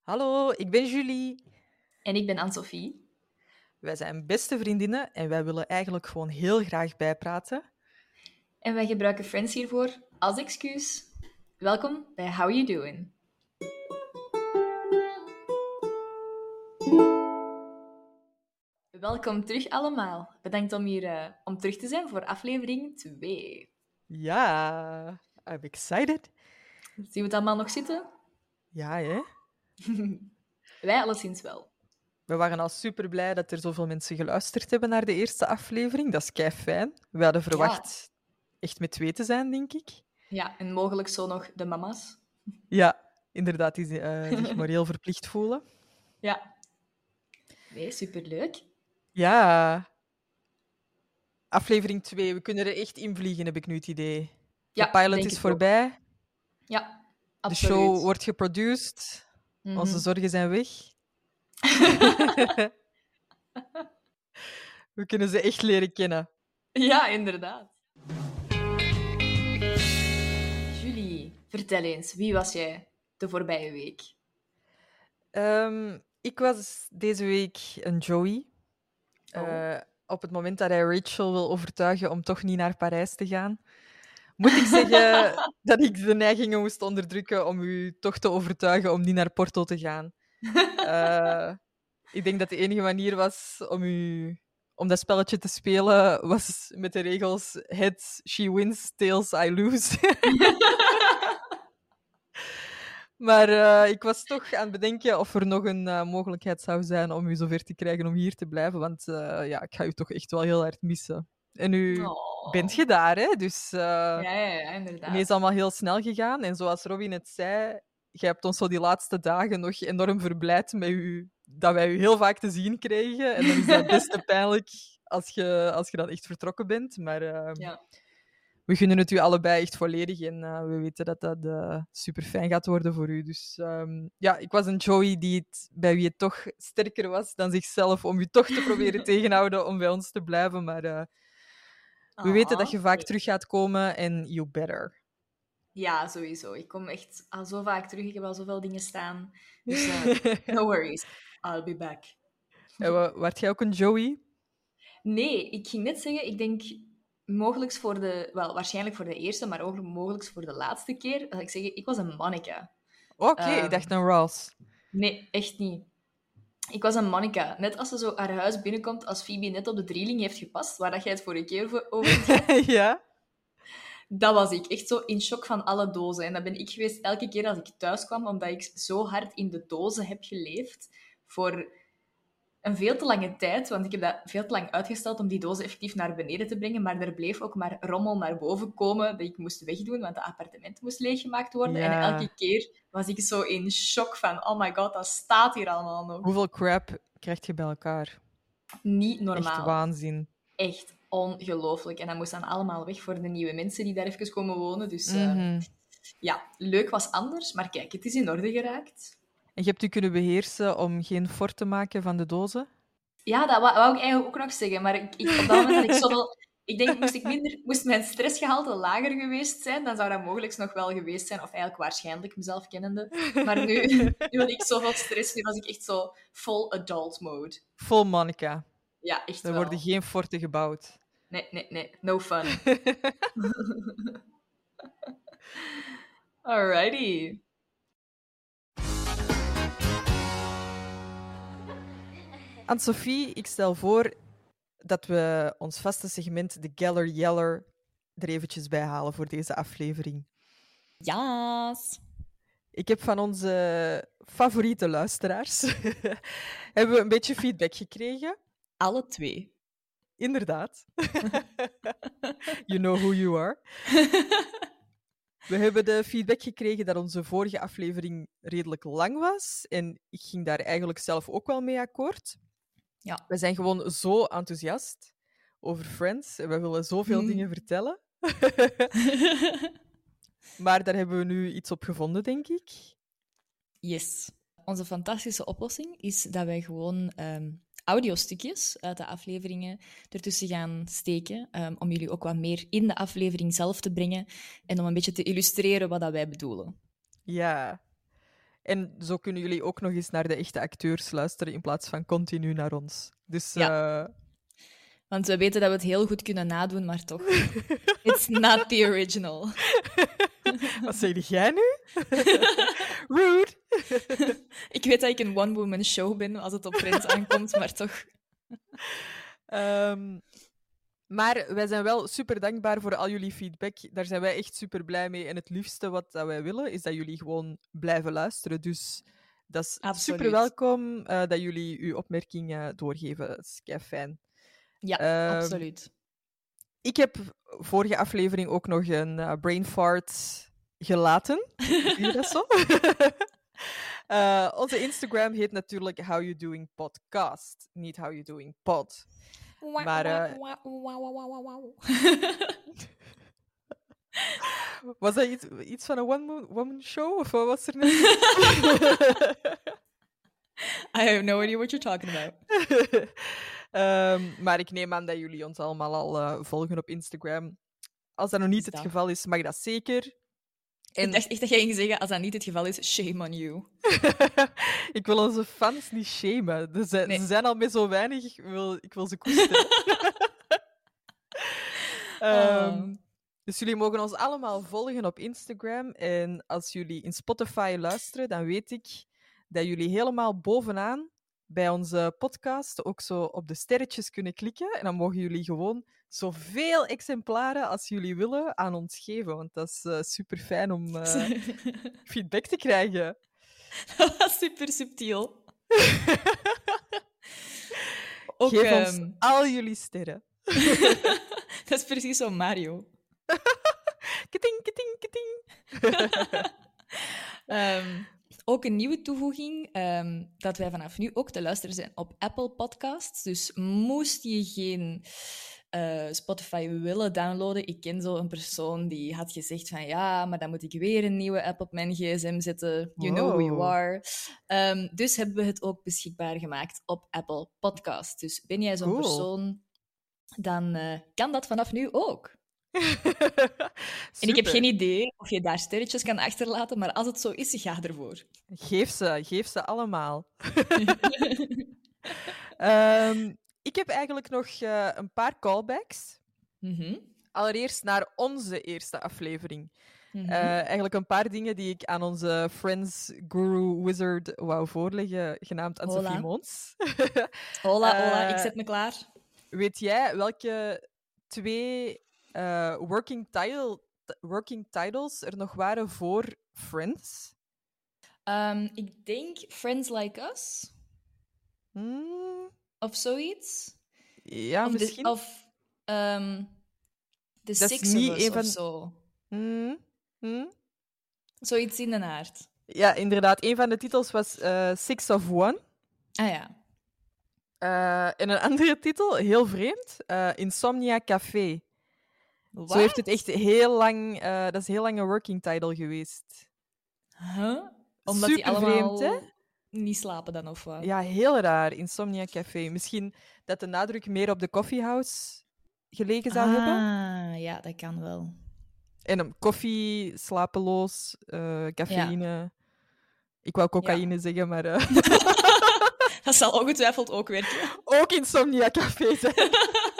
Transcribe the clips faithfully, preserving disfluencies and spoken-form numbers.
Hallo, ik ben Julie. En ik ben Anne-Sophie. Wij zijn beste vriendinnen en wij willen eigenlijk gewoon heel graag bijpraten. En wij gebruiken Friends hiervoor als excuus. Welkom bij How You Doing. Welkom terug allemaal. Bedankt om hier uh, om terug te zijn voor aflevering twee. Ja, I'm excited. Zien we het allemaal nog zitten? Ja, hè? Wij alleszins wel. We waren al super blij dat er zoveel mensen geluisterd hebben naar de eerste aflevering. Dat is kei fijn. We hadden verwacht Ja. echt met twee te zijn, denk ik. Ja, en mogelijk zo nog de mama's. Ja, inderdaad, die uh, zich moreel verplicht voelen. Ja. Nee, superleuk. Ja. Aflevering twee, we kunnen er echt invliegen, heb ik nu het idee. Ja, de pilot denk is ik voorbij. Ook. Ja, De absoluut. show wordt geproduced. Mm-hmm. Onze zorgen zijn weg. We kunnen ze echt leren kennen. Ja, inderdaad. Julie, vertel eens, wie was jij de voorbije week? Um, ik was deze week een Joey. Oh. Uh, op het moment dat hij Rachel wil overtuigen om toch niet naar Parijs te gaan, moet ik zeggen dat ik de neigingen moest onderdrukken om u toch te overtuigen om niet naar Porto te gaan. Uh, ik denk dat de enige manier was om u... om dat spelletje te spelen, was met de regels heads, she wins, tails, I lose. Maar uh, ik was toch aan het bedenken of er nog een uh, mogelijkheid zou zijn om u zover te krijgen om hier te blijven. Want uh, ja, ik ga u toch echt wel heel hard missen. En nu oh. bent je daar, hè? Dus uh, ja, ja, ja, inderdaad. Het is allemaal heel snel gegaan. En zoals Robin het zei, jij hebt ons zo die laatste dagen nog enorm verblijd met u, dat wij u heel vaak te zien kregen. En dan is dat best te pijnlijk als je, als je dan echt vertrokken bent. Maar... Uh, ja. We gunnen het u allebei echt volledig en uh, we weten dat dat uh, super fijn gaat worden voor u. Dus um, ja, ik was een Joey die het, bij wie het toch sterker was dan zichzelf om u toch te proberen tegenhouden om bij ons te blijven. Maar uh, we oh, weten dat je vaak nee. terug gaat komen en you better. Ja, sowieso. Ik kom echt al zo vaak terug. Ik heb al zoveel dingen staan. Dus uh, no worries. I'll be back. En werd jij ook een Joey? Nee, ik ging net zeggen, ik denk... Mogelijk voor de... Wel, waarschijnlijk voor de eerste, maar ook mogelijk voor de laatste keer. Dat ik zeg, ik was een Monica. Oké, okay, um, ik dacht een Ross. Nee, echt niet. Ik was een Monica. Net als ze zo haar huis binnenkomt, als Phoebe net op de drieling heeft gepast, waar dat jij het vorige keer over had. Ja. Dat was ik. Echt zo in shock van alle dozen. En dat ben ik geweest elke keer als ik thuis kwam, omdat ik zo hard in de dozen heb geleefd voor... een veel te lange tijd, want ik heb dat veel te lang uitgesteld om die dozen effectief naar beneden te brengen, maar er bleef ook maar rommel naar boven komen dat ik moest wegdoen, want het appartement moest leeggemaakt worden. Ja. En elke keer was ik zo in shock van, oh my god, dat staat hier allemaal nog. Hoeveel crap krijg je bij elkaar? Niet normaal. Echt waanzin. Echt ongelooflijk. En dat moest dan allemaal weg voor de nieuwe mensen die daar even komen wonen. Dus mm-hmm. uh, ja, leuk was anders, maar kijk, het is in orde geraakt. En je hebt u kunnen beheersen om geen fort te maken van de dozen? Ja, dat wou, wou ik eigenlijk ook nog zeggen. Maar ik, ik, op dat moment had ik zoveel... Ik denk, moest, ik minder, moest mijn stressgehalte lager geweest zijn, dan zou dat mogelijk nog wel geweest zijn. Of eigenlijk waarschijnlijk, mezelf kennende. Maar nu, nu had ik zoveel stress, nu was ik echt zo full adult mode. Vol Monica. Ja, echt er wel. worden geen forten gebouwd. Nee, nee, nee. No fun. Alrighty. Anne-Sophie, ik stel voor dat we ons vaste segment, de Geller Yeller, er eventjes bij halen voor deze aflevering. Yes. Ik heb van onze favoriete luisteraars hebben we een beetje feedback gekregen. Alle twee. Inderdaad. You know who you are. We hebben de feedback gekregen dat onze vorige aflevering redelijk lang was. En ik ging daar eigenlijk zelf ook wel mee akkoord. Ja. We zijn gewoon zo enthousiast over Friends. En we willen zoveel mm. dingen vertellen. Maar daar hebben we nu iets op gevonden, denk ik. Yes. Onze fantastische oplossing is dat wij gewoon um, audiostukjes uit de afleveringen ertussen gaan steken, um, om jullie ook wat meer in de aflevering zelf te brengen en om een beetje te illustreren wat dat wij bedoelen. Ja. En zo kunnen jullie ook nog eens naar de echte acteurs luisteren in plaats van continu naar ons. Dus Ja. uh... Want we weten dat we het heel goed kunnen nadoen, maar toch. It's not the original. Wat zeg jij nu? Rude. Ik weet dat ik een one-woman show ben als het op Friends aankomt, maar toch. Um, maar wij zijn wel super dankbaar voor al jullie feedback. Daar zijn wij echt super blij mee. En het liefste wat dat wij willen, is dat jullie gewoon blijven luisteren. Dus dat is Absoluut. super welkom uh, dat jullie uw opmerkingen doorgeven. Dat is kei fijn. Ja, uh, absoluut. Ik heb vorige aflevering ook nog een uh, brain fart gelaten. Zie je dat zo? uh, onze Instagram heet natuurlijk How You Doing Podcast, niet How You Doing Pod. Maar... Uh... was dat iets, iets van een one-woman show? Of wat was er net? I have no idea what you're talking about. um, maar ik neem aan dat jullie ons allemaal al uh, volgen op Instagram. Als dat nog niet is het dat? geval is, mag dat zeker. En... Ik dacht echt dat jij ging zeggen, als dat niet het geval is, shame on you. Ik wil onze fans niet shamen. Ze zijn, nee. ze zijn al met zo weinig, ik wil, ik wil ze koesteren. um, oh. Dus jullie mogen ons allemaal volgen op Instagram. En als jullie in Spotify luisteren, dan weet ik dat jullie helemaal bovenaan bij onze podcast ook zo op de sterretjes kunnen klikken. En dan mogen jullie gewoon zoveel exemplaren als jullie willen aan ons geven. Want dat is uh, super fijn om uh, feedback te krijgen. Super subtiel. ook, Geef um... ons al jullie sterren. Dat is precies zo Mario. Keting, keting, keting. um, ook een nieuwe toevoeging, um, dat wij vanaf nu ook te luisteren zijn op Apple Podcasts. Dus moest je geen uh, Spotify willen downloaden, ik ken zo een persoon die had gezegd van ja, maar dan moet ik weer een nieuwe app op mijn gsm zetten. You know who you are. Um, dus hebben we het ook beschikbaar gemaakt op Apple Podcasts. Dus ben jij zo'n cool. persoon, dan uh, kan dat vanaf nu ook. En ik heb geen idee of je daar sterretjes kan achterlaten, maar als het zo is, ga ervoor. Geef ze, geef ze allemaal. um, ik heb eigenlijk nog uh, een paar callbacks. Mm-hmm. Allereerst naar onze eerste aflevering. Mm-hmm. Uh, eigenlijk een paar dingen die ik aan onze Friends Guru Wizard wou voorleggen, genaamd Anne-Sophie Moons. Hola, hola, uh, ik zet me klaar. Weet jij welke twee... Uh, working, title, working titles er nog waren voor Friends? Um, ik denk Friends Like Us. Hmm. Of zoiets. Ja, of misschien. De, of um, The dat Six of Us van... of zo. Hmm. Hmm. Zoiets in de aard. Ja, inderdaad. Een van de titels was uh, Six of One. Ah ja. Uh, en een andere titel, heel vreemd, uh, Insomnia Café. What? Zo heeft het echt heel lang... Uh, dat is heel lang een working title geweest. Huh? Omdat die allemaal vreemd, hè? Niet slapen dan, of wat? Ja, heel raar. Insomnia Café. Misschien dat de nadruk meer op de coffeehouse gelegen zou ah, hebben. Ah, ja, dat kan wel. En um, koffie, slapeloos, uh, cafeïne. Ja. Ik wou cocaïne ja. zeggen, maar... Uh... dat zal ongetwijfeld ook werken. Ook Insomnia Café zijn.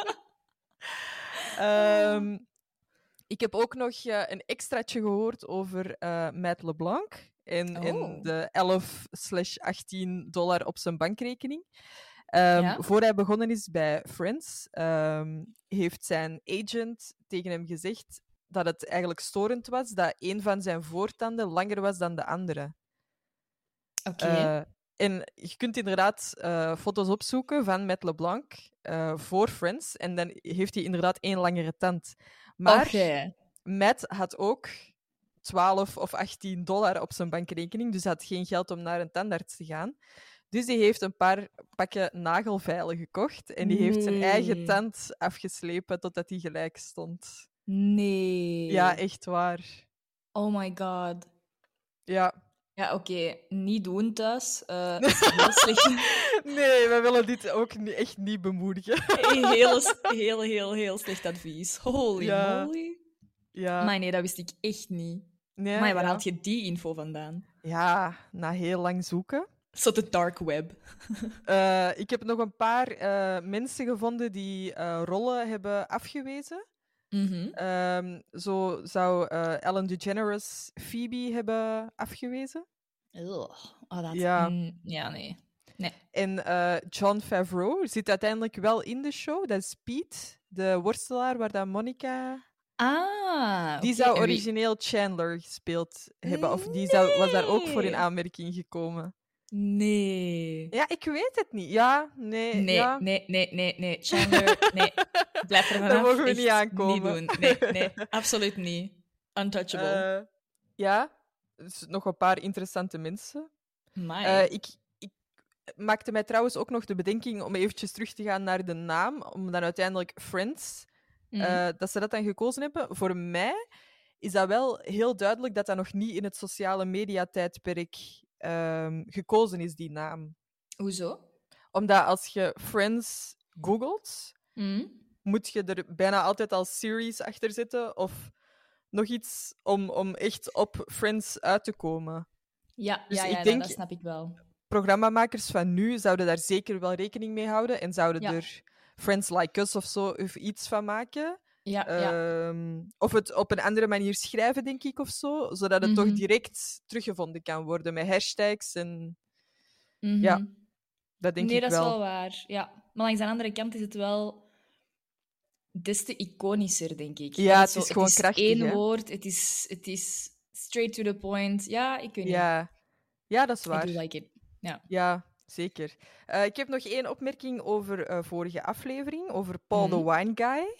Um, ik heb ook nog uh, een extraatje gehoord over uh, Matt LeBlanc en, oh. en de elf slash achttien dollar op zijn bankrekening. Um, ja? Voor hij begonnen is bij Friends, um, heeft zijn agent tegen hem gezegd dat het eigenlijk storend was dat een van zijn voortanden langer was dan de andere. Oké. Okay. Uh, En je kunt inderdaad uh, foto's opzoeken van Matt LeBlanc uh, voor Friends. En dan heeft hij inderdaad één langere tand. Maar okay. Matt had ook twaalf of achttien dollar op zijn bankrekening. Dus hij had geen geld om naar een tandarts te gaan. Dus die heeft een paar pakken nagelveilen gekocht. En die nee. heeft zijn eigen tand afgeslepen totdat hij gelijk stond. Nee. Ja, echt waar. Oh my god. Ja. Ja, oké. Okay. Niet doen thuis. Uh, dat is heel slecht. Nee, wij willen dit ook niet, echt niet bemoedigen. Heel, heel, heel, heel slecht advies. Holy ja. moly. Ja. Maar nee, dat wist ik echt niet. Ja, maar waar ja. haalt je die info vandaan? Ja, na heel lang zoeken. Zo de dark web. Uh, ik heb nog een paar uh, mensen gevonden die uh, rollen hebben afgewezen. Mm-hmm. Um, zo zou uh, Ellen DeGeneres Phoebe hebben afgewezen. Oh, dat... Ja. Mm, ja, nee. nee. En uh, Jon Favreau zit uiteindelijk wel in de show. Dat is Pete, de worstelaar waar dat Monica... Ah, Die okay. zou origineel Chandler gespeeld hebben. Of die nee. zou, was daar ook voor in aanmerking gekomen. Nee. Ja, ik weet het niet. Ja, nee. Nee, ja. nee, nee, nee, nee. Chandler, nee. Blijf er vanaf. Daar mogen we echt niet aankomen. Niet doen. Nee, nee, absoluut niet. Untouchable. Uh, ja, dus nog een paar interessante mensen. Uh, ik, ik maakte mij trouwens ook nog de bedenking om eventjes terug te gaan naar de naam, om dan uiteindelijk Friends, mm. uh, dat ze dat dan gekozen hebben. Voor mij is dat wel heel duidelijk dat dat nog niet in het sociale mediatijdperk um, gekozen is, die naam. Hoezo? Omdat als je Friends googelt, mm. moet je er bijna altijd als series achter zetten of nog iets om, om echt op Friends uit te komen. Ja, dus ja, ja ik denk, dat snap ik wel. Programmamakers van nu zouden daar zeker wel rekening mee houden en zouden ja. er Friends Like Us of zo of iets van maken. Ja, um, ja. Of het op een andere manier schrijven, denk ik, of zo, zodat het mm-hmm. toch direct teruggevonden kan worden met hashtags en... Mm-hmm. Ja, dat denk nee, ik dat wel. is wel waar. Ja. Maar langs de andere kant is het wel... des te iconischer, denk ik. Ja, het zo, is gewoon het is krachtig, één hè? woord, het is, het is straight to the point. Ja, ik weet niet. Ja, ja dat is waar. I do like it. Ja, ja zeker. Uh, ik heb nog één opmerking over uh, vorige aflevering, over Paul mm-hmm. the Wine Guy.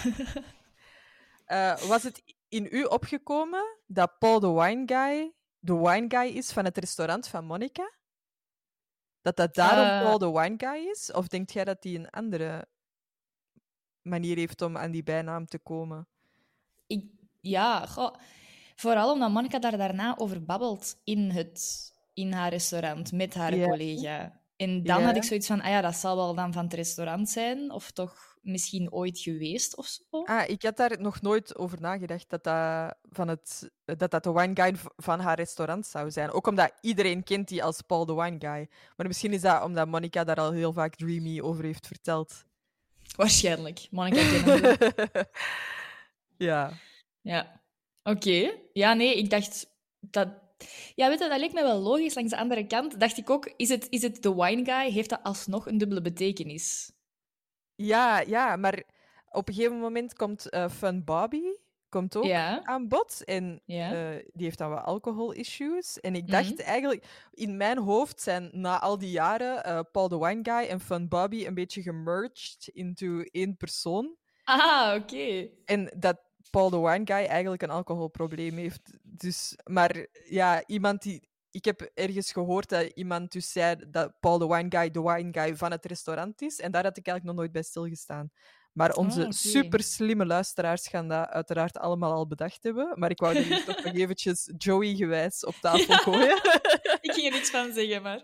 uh, was het in u opgekomen dat Paul the Wine Guy de wine guy is van het restaurant van Monica? Dat dat daarom uh... Paul the Wine Guy is? Of denkt jij dat hij een andere... manier heeft om aan die bijnaam te komen? Ik, ja, goh, vooral omdat Monica daar daarna over babbelt in, het, in haar restaurant met haar yeah. collega. En dan yeah. had ik zoiets van, ah ja, dat zal wel dan van het restaurant zijn, of toch misschien ooit geweest of zo. Ah, ik had daar nog nooit over nagedacht dat dat, van het, dat, dat de wine guy van haar restaurant zou zijn. Ook omdat iedereen kent die als Paul the Wine Guy. Maar misschien is dat omdat Monica daar al heel vaak dreamy over heeft verteld. Waarschijnlijk. Monica kennen. ja. Ja. Oké. Okay. Ja, nee, ik dacht dat... Ja, weet je, dat leek me wel logisch. Langs de andere kant dacht ik ook, is het, is het de wine guy? Heeft dat alsnog een dubbele betekenis? Ja, ja, maar op een gegeven moment komt uh, Fun Bobby komt ook ja. aan bod. En ja. uh, die heeft dan wel alcohol-issues. En ik dacht mm-hmm. eigenlijk... In mijn hoofd zijn na al die jaren uh, Paul the Wine Guy en Fun Bobby een beetje gemerged into één persoon. Ah, oké. Okay. En dat Paul the Wine Guy eigenlijk een alcoholprobleem heeft. Dus, maar ja, iemand die... Ik heb ergens gehoord dat iemand dus zei dat Paul the Wine Guy de wine guy van het restaurant is. En daar had ik eigenlijk nog nooit bij stilgestaan. Maar onze oh, okay. super slimme luisteraars gaan dat uiteraard allemaal al bedacht hebben. Maar ik wou er hier toch nog eventjes Joey-gewijs op tafel ja. gooien. Ik ging er niks van zeggen, maar...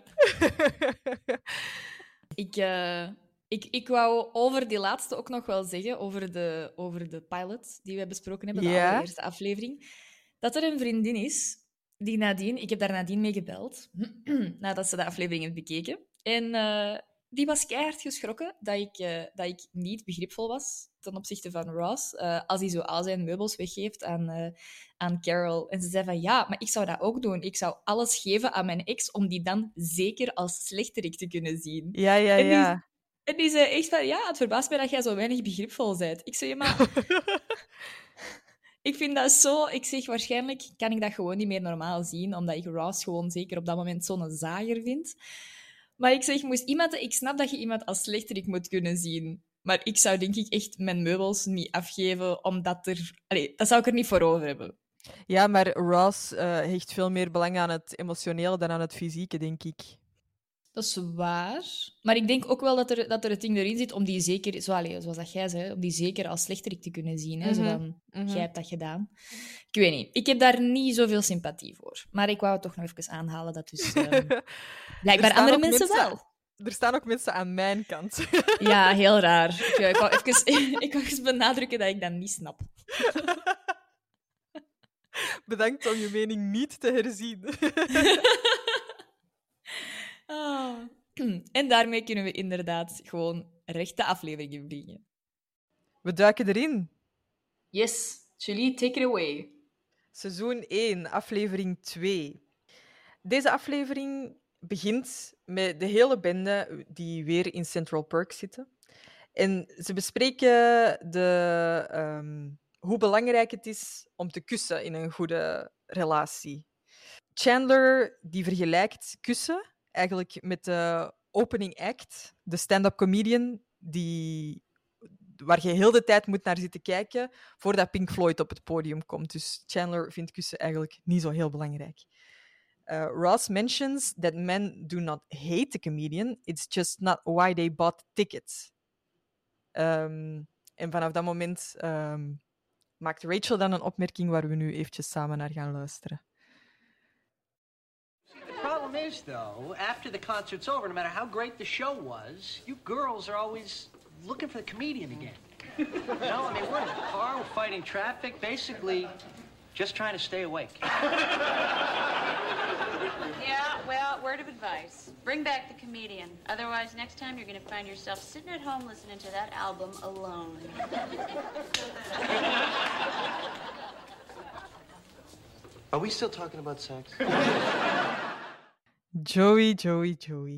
ik, uh, ik, ik wou over die laatste ook nog wel zeggen, over de, over de pilot die we besproken hebben, de ja. allereerste aflevering, dat er een vriendin is die nadien... Ik heb daar nadien mee gebeld, nadat ze de aflevering heeft bekeken. En... Uh, Die was keihard geschrokken dat ik, uh, dat ik niet begripvol was ten opzichte van Ross. Uh, als hij zo al zijn meubels weggeeft aan, uh, aan Carol. En ze zei van, ja, maar ik zou dat ook doen. Ik zou alles geven aan mijn ex om die dan zeker als slechterik te kunnen zien. Ja, ja, en die, ja. En die zei echt van, ja, het verbaast mij dat jij zo weinig begripvol bent. Ik zei, maar... ik vind dat zo... Ik zeg, waarschijnlijk kan ik dat gewoon niet meer normaal zien, omdat ik Ross gewoon zeker op dat moment zo'n zager vind. Maar ik zeg, moest iemand... Ik snap dat je iemand als slechterik moet kunnen zien. Maar ik zou denk ik echt mijn meubels niet afgeven, omdat er... Allee, dat zou ik er niet voor over hebben. Ja, maar Ross uh, hecht veel meer belang aan het emotionele dan aan het fysieke, denk ik. Dat is waar. Maar ik denk ook wel dat er, dat er het ding erin zit om die zeker... Zo, allee, zoals dat jij zei, om die zeker als slechterik te kunnen zien. Hè, mm-hmm. Zo van, mm-hmm. jij hebt dat gedaan. Ik weet niet. Ik heb daar niet zoveel sympathie voor. Maar ik wou het toch nog even aanhalen. Dat dus... Um, blijkbaar andere mensen, mensen wel. Er staan ook mensen aan mijn kant. Ja, heel raar. Ik, ik, wou even, ik wou even benadrukken dat ik dat niet snap. Bedankt om je mening niet te herzien. Ah. En daarmee kunnen we inderdaad gewoon recht de aflevering inbrengen. We duiken erin. Yes, Julie, take it away. Seizoen één, aflevering twee. Deze aflevering begint met de hele bende die weer in Central Perk zitten. En ze bespreken de, um, hoe belangrijk het is om te kussen in een goede relatie. Chandler die vergelijkt kussen eigenlijk met de opening act, de stand-up comedian, die, waar je heel de tijd moet naar zitten kijken voordat Pink Floyd op het podium komt. Dus Chandler vindt kussen eigenlijk niet zo heel belangrijk. Uh, Ross mentions that men do not hate the comedian, it's just not why they bought tickets. Um, en vanaf dat moment um, maakt Rachel dan een opmerking waar we nu eventjes samen naar gaan luisteren. The problem is, though, after the concert's over, no matter how great the show was, you girls are always looking for the comedian again. You know, I mean, we're in the car, we're fighting traffic, basically just trying to stay awake. Yeah, well, word of advice. Bring back the comedian. Otherwise, next time you're going to find yourself sitting at home listening to that album alone. Are we still talking about sex? Joey, Joey, Joey.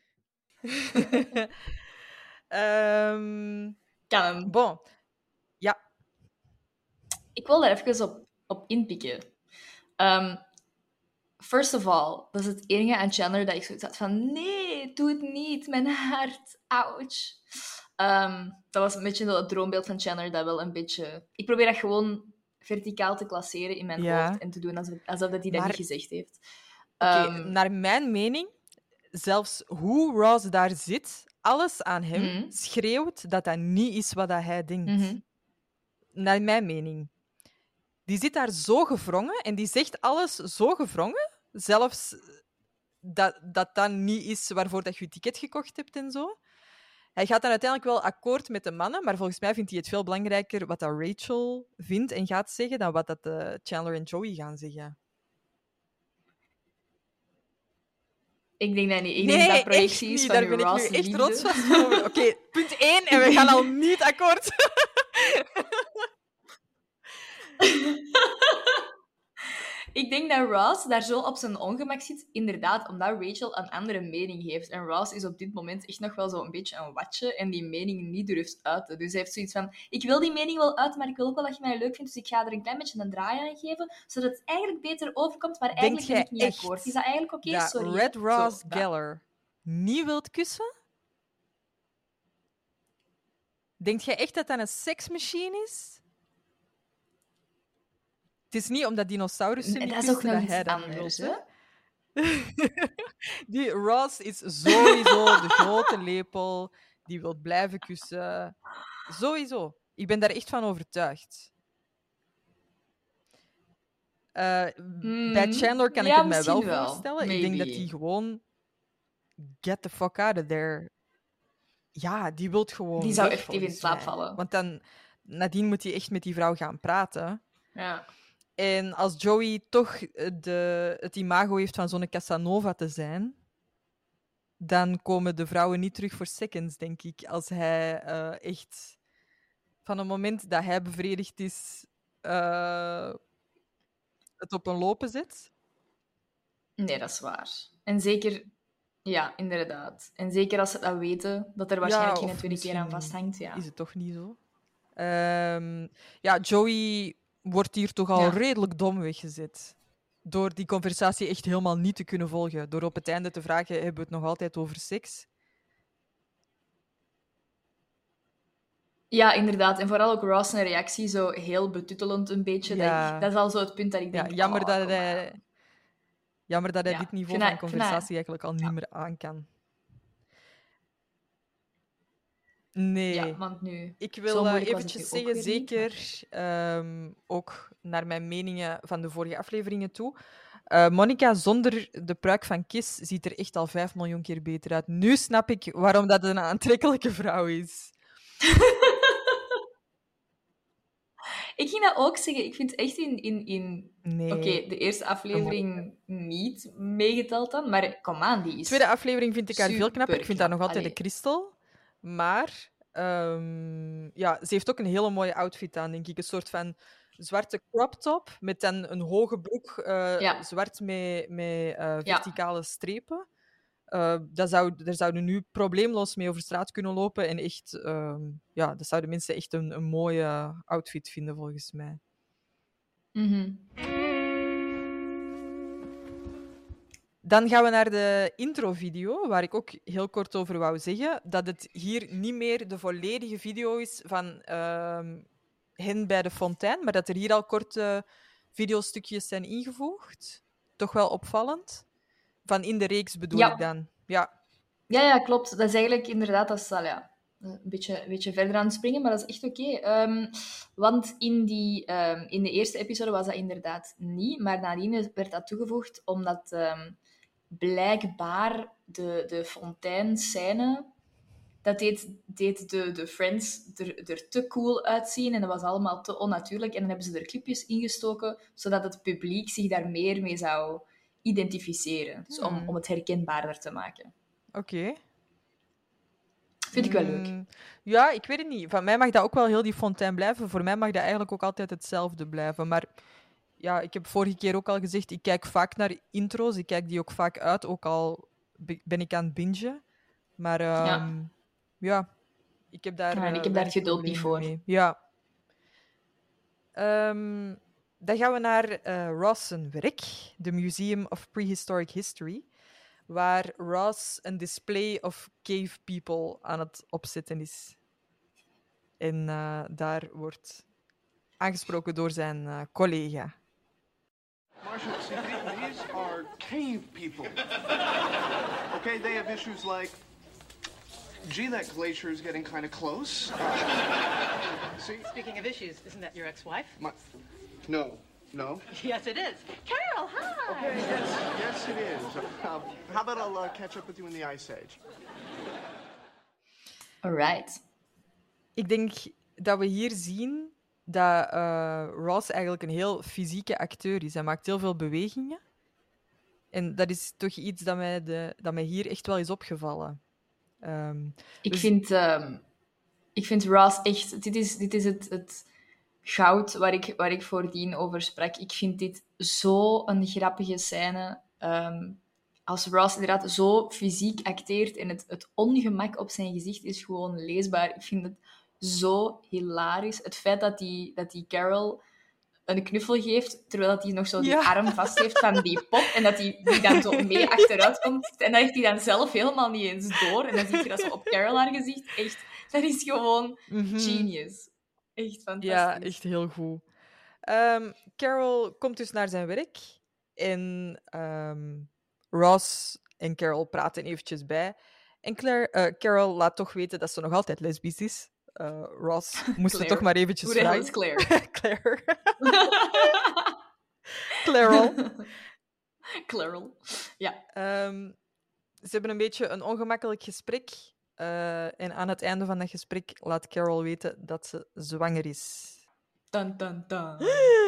um, Kan hem. Bon. Ja. Ik wil daar even op, op inpikken. Um, first of all, dat is het enige aan Chandler dat ik zoiets had van nee, doe het niet, mijn hart, ouch. Um, dat was een beetje het droombeeld van Chandler dat wel een beetje... Ik probeer dat gewoon verticaal te klasseren in mijn ja. hoofd en te doen alsof, alsof dat hij dat maar... niet gezegd heeft. Okay, um, naar mijn mening, zelfs hoe Ross daar zit, alles aan hem mm-hmm. schreeuwt dat dat niet is wat dat hij denkt. Mm-hmm. Naar mijn mening. Die zit daar zo gevrongen en die zegt alles zo gevrongen, zelfs dat dat, dat niet is waarvoor dat je je ticket gekocht hebt en zo. Hij gaat dan uiteindelijk wel akkoord met de mannen, maar volgens mij vindt hij het veel belangrijker wat dat Rachel vindt en gaat zeggen dan wat dat uh, Chandler en Joey gaan zeggen. Ik denk dat niet. Ik nee, denk dat projectie is van daar ben Ross ik nu echt liefde. trots van over. Oké, okay, punt één en we gaan al niet akkoord. Ik denk dat Ross daar zo op zijn ongemak zit, inderdaad, omdat Rachel een andere mening heeft. En Ross is op dit moment echt nog wel zo een beetje een watje en die mening niet durft uiten. Dus hij heeft zoiets van, ik wil die mening wel uiten, maar ik wil ook wel dat je mij leuk vindt, dus ik ga er een klein beetje een draai aan geven, zodat het eigenlijk beter overkomt, maar eigenlijk ben ik niet akkoord. Is dat eigenlijk oké? Okay? Sorry. Red Ross zo, Geller niet wilt kussen? Denkt jij echt dat dat een seksmachine is? Het is niet omdat dinosaurussen niet dat is ook kussen nog dat hij iets dat anders, niet wil, hè? Die Ross is sowieso de grote lepel. Die wil blijven kussen. Sowieso. Ik ben daar echt van overtuigd. Uh, mm, bij Chandler kan ja, ik het mij wel, wel voorstellen. Maybe. Ik denk dat hij gewoon... Get the fuck out of there. Ja, die wil gewoon Die zou weg, effectief in slaap vallen. Want dan... Nadien moet hij echt met die vrouw gaan praten. Ja. En als Joey toch de, het imago heeft van zo'n Casanova te zijn, dan komen de vrouwen niet terug voor seconds, denk ik. Als hij uh, echt van het moment dat hij bevredigd is, uh, het op een lopen zet. Nee, dat is waar. En zeker... Ja, inderdaad. En zeker als ze dat weten, dat er waarschijnlijk ja, geen tweede keer aan vasthangt. Ja. Is het toch niet zo? Um, ja, Joey... wordt hier toch al ja. redelijk dom weggezet. Door die conversatie echt helemaal niet te kunnen volgen. Door op het einde te vragen, hebben we het nog altijd over seks? Ja, inderdaad. En vooral ook Ross' reactie, zo heel betuttelend een beetje. Ja. Dat, ik, dat is al zo het punt dat ik denk... Ja, jammer, oh, dat hij, jammer dat hij ja. dit niveau Vind van conversatie eigenlijk al niet ja. meer aan kan. Nee. Ja, want nu... Ik wil uh, eventjes zeggen, zeker um, ook naar mijn meningen van de vorige afleveringen toe. Uh, Monica zonder de pruik van Kiss ziet er echt al vijf miljoen keer beter uit. Nu snap ik waarom dat een aantrekkelijke vrouw is. Ik ging dat ook zeggen. Ik vind echt in... in, in... Nee. Oké, okay, de eerste aflevering niet meegeteld dan, maar kom aan, die is... De tweede aflevering vind ik haar veel knapper. Ik vind haar nog altijd Allee. een Crystal. Maar um, ja, ze heeft ook een hele mooie outfit aan, denk ik. Een soort van zwarte crop top met dan een hoge broek, uh, ja. zwart met, met uh, verticale ja. strepen. Uh, dat zou, daar zouden nu probleemloos mee over straat kunnen lopen. En echt, uh, ja, dat zouden mensen echt een, een mooie outfit vinden, volgens mij. Mm-hmm. Dan gaan we naar de intro-video, waar ik ook heel kort over wou zeggen. Dat het hier niet meer de volledige video is van uh, hen bij de fontein, maar dat er hier al korte videostukjes zijn ingevoegd. Toch wel opvallend. Van in de reeks bedoel ja. ik dan. Ja. ja, ja, klopt. Dat is eigenlijk inderdaad... Dat is al, ja, een, beetje, een beetje verder aan het springen, maar dat is echt oké. Okay. Um, want in, die, um, in de eerste episode was dat inderdaad niet, maar nadien werd dat toegevoegd omdat... Um, blijkbaar de, de fonteinscène, dat deed, deed de, de Friends er, er te cool uitzien en dat was allemaal te onnatuurlijk. En dan hebben ze er clipjes ingestoken, zodat het publiek zich daar meer mee zou identificeren. Dus om, Hmm. om het herkenbaarder te maken. Oké. Okay. Vind ik wel leuk. Mm, ja, ik weet het niet. Van mij mag dat ook wel heel die fontein blijven. Voor mij mag dat eigenlijk ook altijd hetzelfde blijven. Maar... Ja, ik heb vorige keer ook al gezegd, ik kijk vaak naar intro's. Ik kijk die ook vaak uit, ook al ben ik aan het bingen. Maar um, ja. ja, ik heb daar... Ja, en ik heb uh, daar geduld niet voor. Mee. Ja. Um, dan gaan we naar uh, Ross zijn werk, The Museum of Prehistoric History, waar Ross een display of cave people aan het opzetten is. En uh, daar wordt aangesproken door zijn uh, collega. Marshall, see, these are cave people. Okay, they have issues like, gee, that glacier is getting kind of close. Uh, see? Speaking of issues, isn't that your ex-wife? My, no, no. Yes, it is. Carol, hi. Okay, yes, yes, it is. Uh, how about I'll uh, catch up with you in the Ice Age? All right. Ik denk dat we hier zien dat uh, Ross eigenlijk een heel fysieke acteur is. Hij maakt heel veel bewegingen. En dat is toch iets dat mij, de, dat mij hier echt wel is opgevallen. Um, ik, dus... vind, um, ik vind Ross echt... Dit is, dit is het, het goud waar ik, waar ik voordien over sprak. Ik vind dit zo'n grappige scène. Um, als Ross inderdaad zo fysiek acteert en het, het ongemak op zijn gezicht is gewoon leesbaar. Ik vind het zo hilarisch. Het feit dat die, dat die Carol een knuffel geeft, terwijl dat hij nog zo die ja. arm vast heeft van die pop, en dat hij die dan zo mee achteruit komt. En dat heeft hij dan zelf helemaal niet eens door. En dan zie je dat zo op Carol haar gezicht. Echt, dat is gewoon mm-hmm. genius. Echt fantastisch. Ja, echt heel goed. Um, Carol komt dus naar zijn werk. En um, Ross en Carol praten eventjes bij. En Claire, uh, Carol laat toch weten dat ze nog altijd lesbisch is. Uh, Ross moest het toch maar eventjes vragen. Hoe is Claire? Claire. Clairol. Clairol, ja. Um, ze hebben een beetje een ongemakkelijk gesprek. Uh, en aan het einde van dat gesprek laat Carol weten dat ze zwanger is. Dun, dun, dun.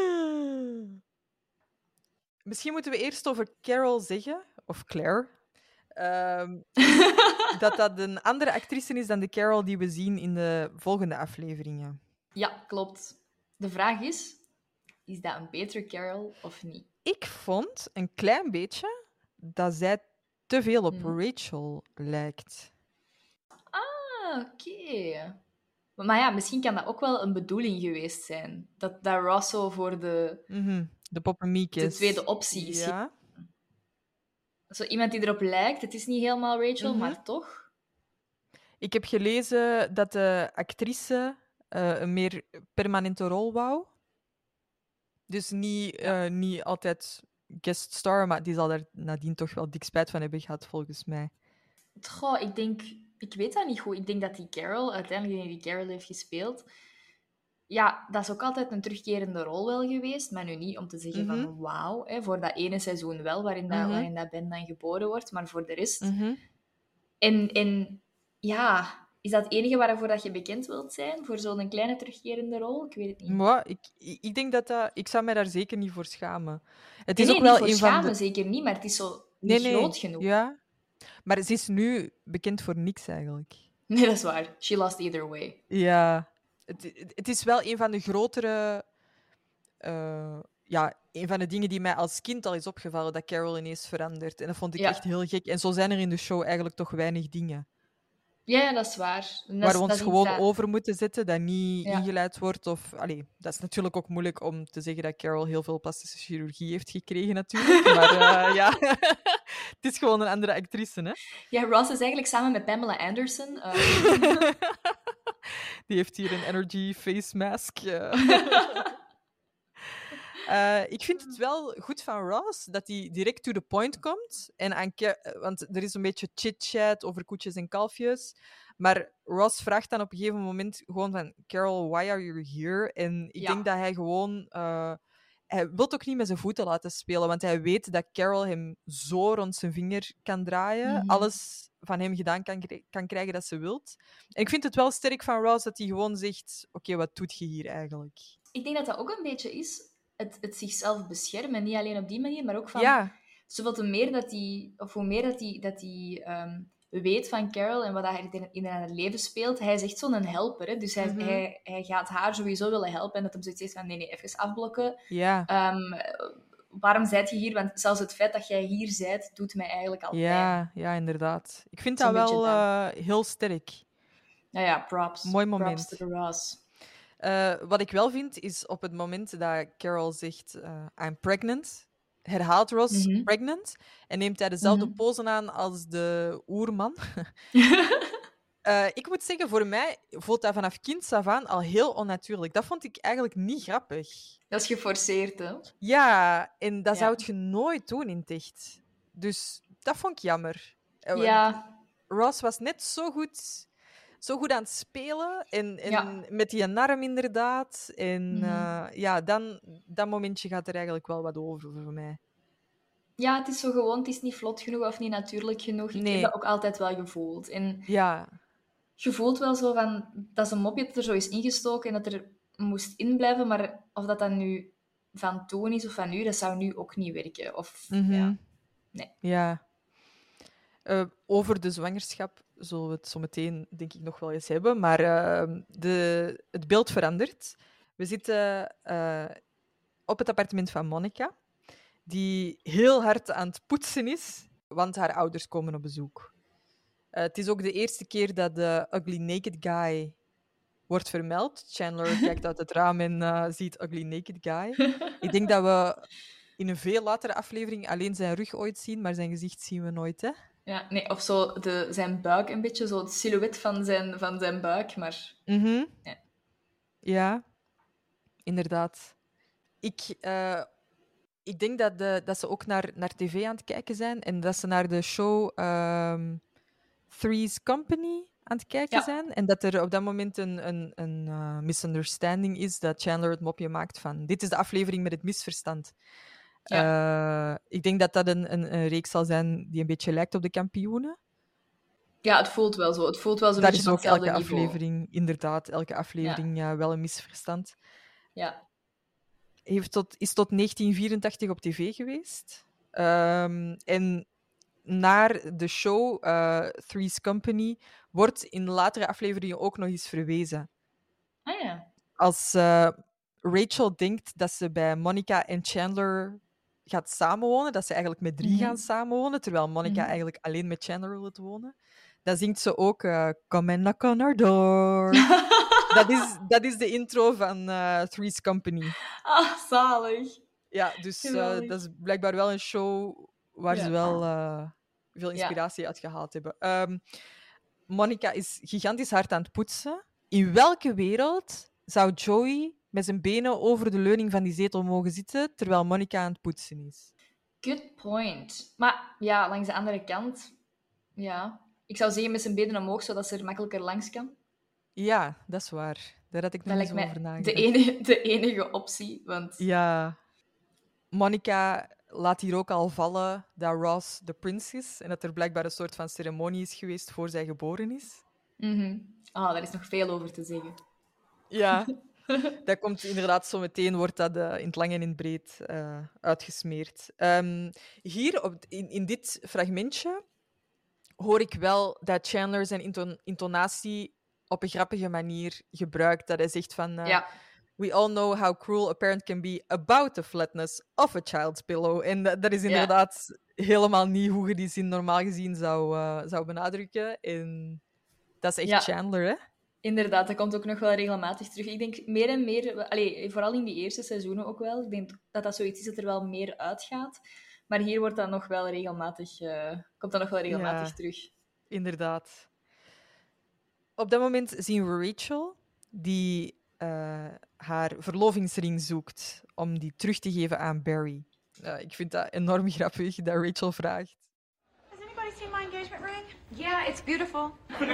Misschien moeten we eerst over Carol zeggen, of Claire, um, dat dat een andere actrice is dan de Carol die we zien in de volgende afleveringen. Ja, klopt. De vraag is, is dat een betere Carol of niet? Ik vond een klein beetje dat zij te veel op hmm. Rachel lijkt. Ah, oké. Okay. Maar ja, misschien kan dat ook wel een bedoeling geweest zijn. Dat, dat Ross zo voor de, mm-hmm. de poppenmiekjes. de tweede optie is. Ja. Zo iemand die erop lijkt. Het is niet helemaal Rachel, mm-hmm. maar toch. Ik heb gelezen dat de actrice uh, een meer permanente rol wou. Dus niet, uh, niet altijd guest star, maar die zal daar nadien toch wel dik spijt van hebben gehad, volgens mij. Goh, ik denk... Ik weet dat niet goed. Ik denk dat die Carol, uiteindelijk die Carol heeft gespeeld... Ja, dat is ook altijd een terugkerende rol wel geweest, maar nu niet om te zeggen mm-hmm. van wauw, hè, voor dat ene seizoen wel, waarin, dat, waarin dat Ben dan geboren wordt, maar voor de rest... Mm-hmm. En, en ja, is dat het enige waarvoor dat je bekend wilt zijn? Voor zo'n kleine terugkerende rol? Ik weet het niet. Maar ik, ik ik denk dat dat... Ik zou mij daar zeker niet voor schamen. Het Nee, is nee, ook niet wel voor een schamen, van de... zeker niet, maar het is zo Nee, niet nee. groot genoeg. Ja. Maar ze is nu bekend voor niks, eigenlijk. Nee, dat is waar. She lost either way. Ja. Het, het- het is wel een van de grotere... eh, ja, een van de dingen die mij als kind al is opgevallen, dat Carol ineens verandert. En dat vond ik Ja. echt heel gek. En zo zijn er in de show eigenlijk toch weinig dingen. Ja, ja, dat is waar. En dat Waar is- we dat ons is iets gewoon dat- over moeten zetten, dat niet Ja. ingeleid wordt. Of, allee, dat is natuurlijk ook moeilijk om te zeggen dat Carol heel veel plastische chirurgie heeft gekregen, natuurlijk. Maar eh, ja, het is gewoon een andere actrice, hè. Ja, Ross is eigenlijk samen met Pamela Anderson. eh, Die heeft hier een energy face mask. eh. Eh, ik vind het wel goed van Ross dat hij direct to the point komt. En aan Ca- want er is een beetje chit-chat over koetjes en kalfjes. Maar Ross vraagt dan op een gegeven moment gewoon van... Carol, why are you here? En ik Ja. denk dat hij gewoon... eh, hij wil ook niet met zijn voeten laten spelen, want hij weet dat Carol hem zo rond zijn vinger kan draaien. Mhm. Alles van hem gedaan kan, kri- kan krijgen dat ze wilt. En ik vind het wel sterk van Ross dat hij gewoon zegt... Oké, wat doet je hier eigenlijk? Ik denk dat dat ook een beetje is, het, het zichzelf beschermen. Niet alleen op die manier, maar ook van... Ja, Zoveel te meer dat hij... Of hoe meer dat hij, dat hij ehm, weet van Carol en wat hij in, in haar leven speelt. Hij is echt zo'n helper, hè. Dus hij, Mhm. hij, hij gaat haar sowieso willen helpen. En dat hem zoiets is van, nee, nee, even afblokken. ja. Ehm, waarom zijt je hier? Want zelfs het feit dat jij hier zijt, doet mij eigenlijk al pijn. Ja, ja, inderdaad. Ik vind Zo'n dat beetje wel dat. eh, heel sterk. Nou ja, props. Mooi Props moment. to the Ross. Eh, wat ik wel vind, is op het moment dat Carol zegt eh, I'm pregnant, herhaalt Ross Mhm. pregnant en neemt hij dezelfde Mhm. pose aan als de oerman. Eh, ik moet zeggen, voor mij voelt dat vanaf kinds af aan al heel onnatuurlijk. Dat vond ik eigenlijk niet grappig. Dat is geforceerd, hè? Ja, en dat Ja. zou je nooit doen in het echt. Dus dat vond ik jammer. Eh, want Ja, Ross was net zo goed, zo goed aan het spelen. En, en Ja. met die arm inderdaad. En Mhm. eh, ja, dan, dat momentje gaat er eigenlijk wel wat over voor mij. ja, het is zo gewoon, het is niet vlot genoeg of niet natuurlijk genoeg. Ik Nee. heb dat ook altijd wel gevoeld. En Ja, je voelt wel zo van, dat is een mopje dat er zo is ingestoken en dat er moest inblijven, maar of dat dan nu van toen is of van nu, dat zou nu ook niet werken. Of, mhm. ja. Nee. Ja. Eh, over de zwangerschap zullen we het zo meteen, denk ik, nog wel eens hebben. Maar eh, de, het beeld verandert. We zitten eh, op het appartement van Monica, die heel hard aan het poetsen is, want haar ouders komen op bezoek. Eh, het is ook de eerste keer dat de Ugly Naked Guy wordt vermeld. Chandler kijkt uit het raam en eh, ziet Ugly Naked Guy. Ik denk dat we in een veel latere aflevering alleen zijn rug ooit zien, maar zijn gezicht zien we nooit, hè? Ja, nee, of zo de, zijn buik een beetje, zo het silhouet van zijn, van zijn buik, maar... Mhm. Ja. Ja, inderdaad. Ik, eh, ik denk dat, de, dat ze ook naar, naar tv aan het kijken zijn en dat ze naar de show ehm, Three's Company aan het kijken Ja. zijn. En dat er op dat moment een, een, een eh, misunderstanding is dat Chandler het mopje maakt van dit is de aflevering met het misverstand. Eh, ik denk dat dat een, een, een reeks zal zijn die een beetje lijkt op de kampioenen. Ja, het voelt wel zo. Het voelt wel zo'n Daar beetje is van ook hetzelfde elke niveau. aflevering, inderdaad, elke aflevering ja, wel een misverstand. Ja. Heeft tot, is tot negentien vierentachtig op tv geweest. Ehm, en naar de show eh, Three's Company wordt in latere afleveringen ook nog eens verwezen. Ah ja. Als eh, Rachel denkt dat ze bij Monica en Chandler gaat samenwonen, dat ze eigenlijk met drie Mhm. gaan samenwonen, terwijl Monica Mhm. eigenlijk alleen met Chandler wil wonen, dan zingt ze ook eh, Come and knock on our door. dat, is, dat is de intro van eh, Three's Company. Ah, zalig. Ja, dus eh, Geweldig. dat is blijkbaar wel een show waar Ja. ze wel eh, veel Ja. inspiratie uit gehaald hebben. Ehm, Monica is gigantisch hard aan het poetsen. In welke wereld zou Joey met zijn benen over de leuning van die zetel mogen zitten, terwijl Monica aan het poetsen is? Good point. Maar ja, langs de andere kant, ja. Ik zou zeggen met zijn benen omhoog, zodat ze er makkelijker langs kan. Ja, dat is waar. Daar had ik nog Dat niet lijkt zo mij over de nagedacht. enige, de enige optie. Want Ja. Monica laat hier ook al vallen dat Ross de prins is en dat er blijkbaar een soort van ceremonie is geweest voor zij geboren is. Mm-hmm. Ah, daar is nog veel over te zeggen. Ja, dat komt inderdaad zo meteen, wordt dat uh, in het lang en in het breed uh, uitgesmeerd. Um, hier, op, in, in dit fragmentje, hoor ik wel dat Chandler zijn inton- intonatie op een grappige manier gebruikt. Dat hij zegt van... Uh, ja. We all know how cruel a parent can be about the flatness of a child's pillow. En dat, dat is inderdaad ja. helemaal niet hoe je die zin normaal gezien zou, uh, zou benadrukken. En dat is echt ja. Chandler, hè? Inderdaad, dat komt ook nog wel regelmatig terug. Ik denk meer en meer... Allee, vooral in die eerste seizoenen ook wel. Ik denk dat dat zoiets is dat er wel meer uitgaat. Maar hier wordt dat nog wel regelmatig... Uh, komt dat nog wel regelmatig ja, terug. Inderdaad. Op dat moment zien we Rachel, die... Uh, haar verlovingsring zoekt om die terug te geven aan Barry. Uh, ik vind dat enorm grappig dat Rachel vraagt. Has anybody seen my engagement ring? Yeah, it's beautiful.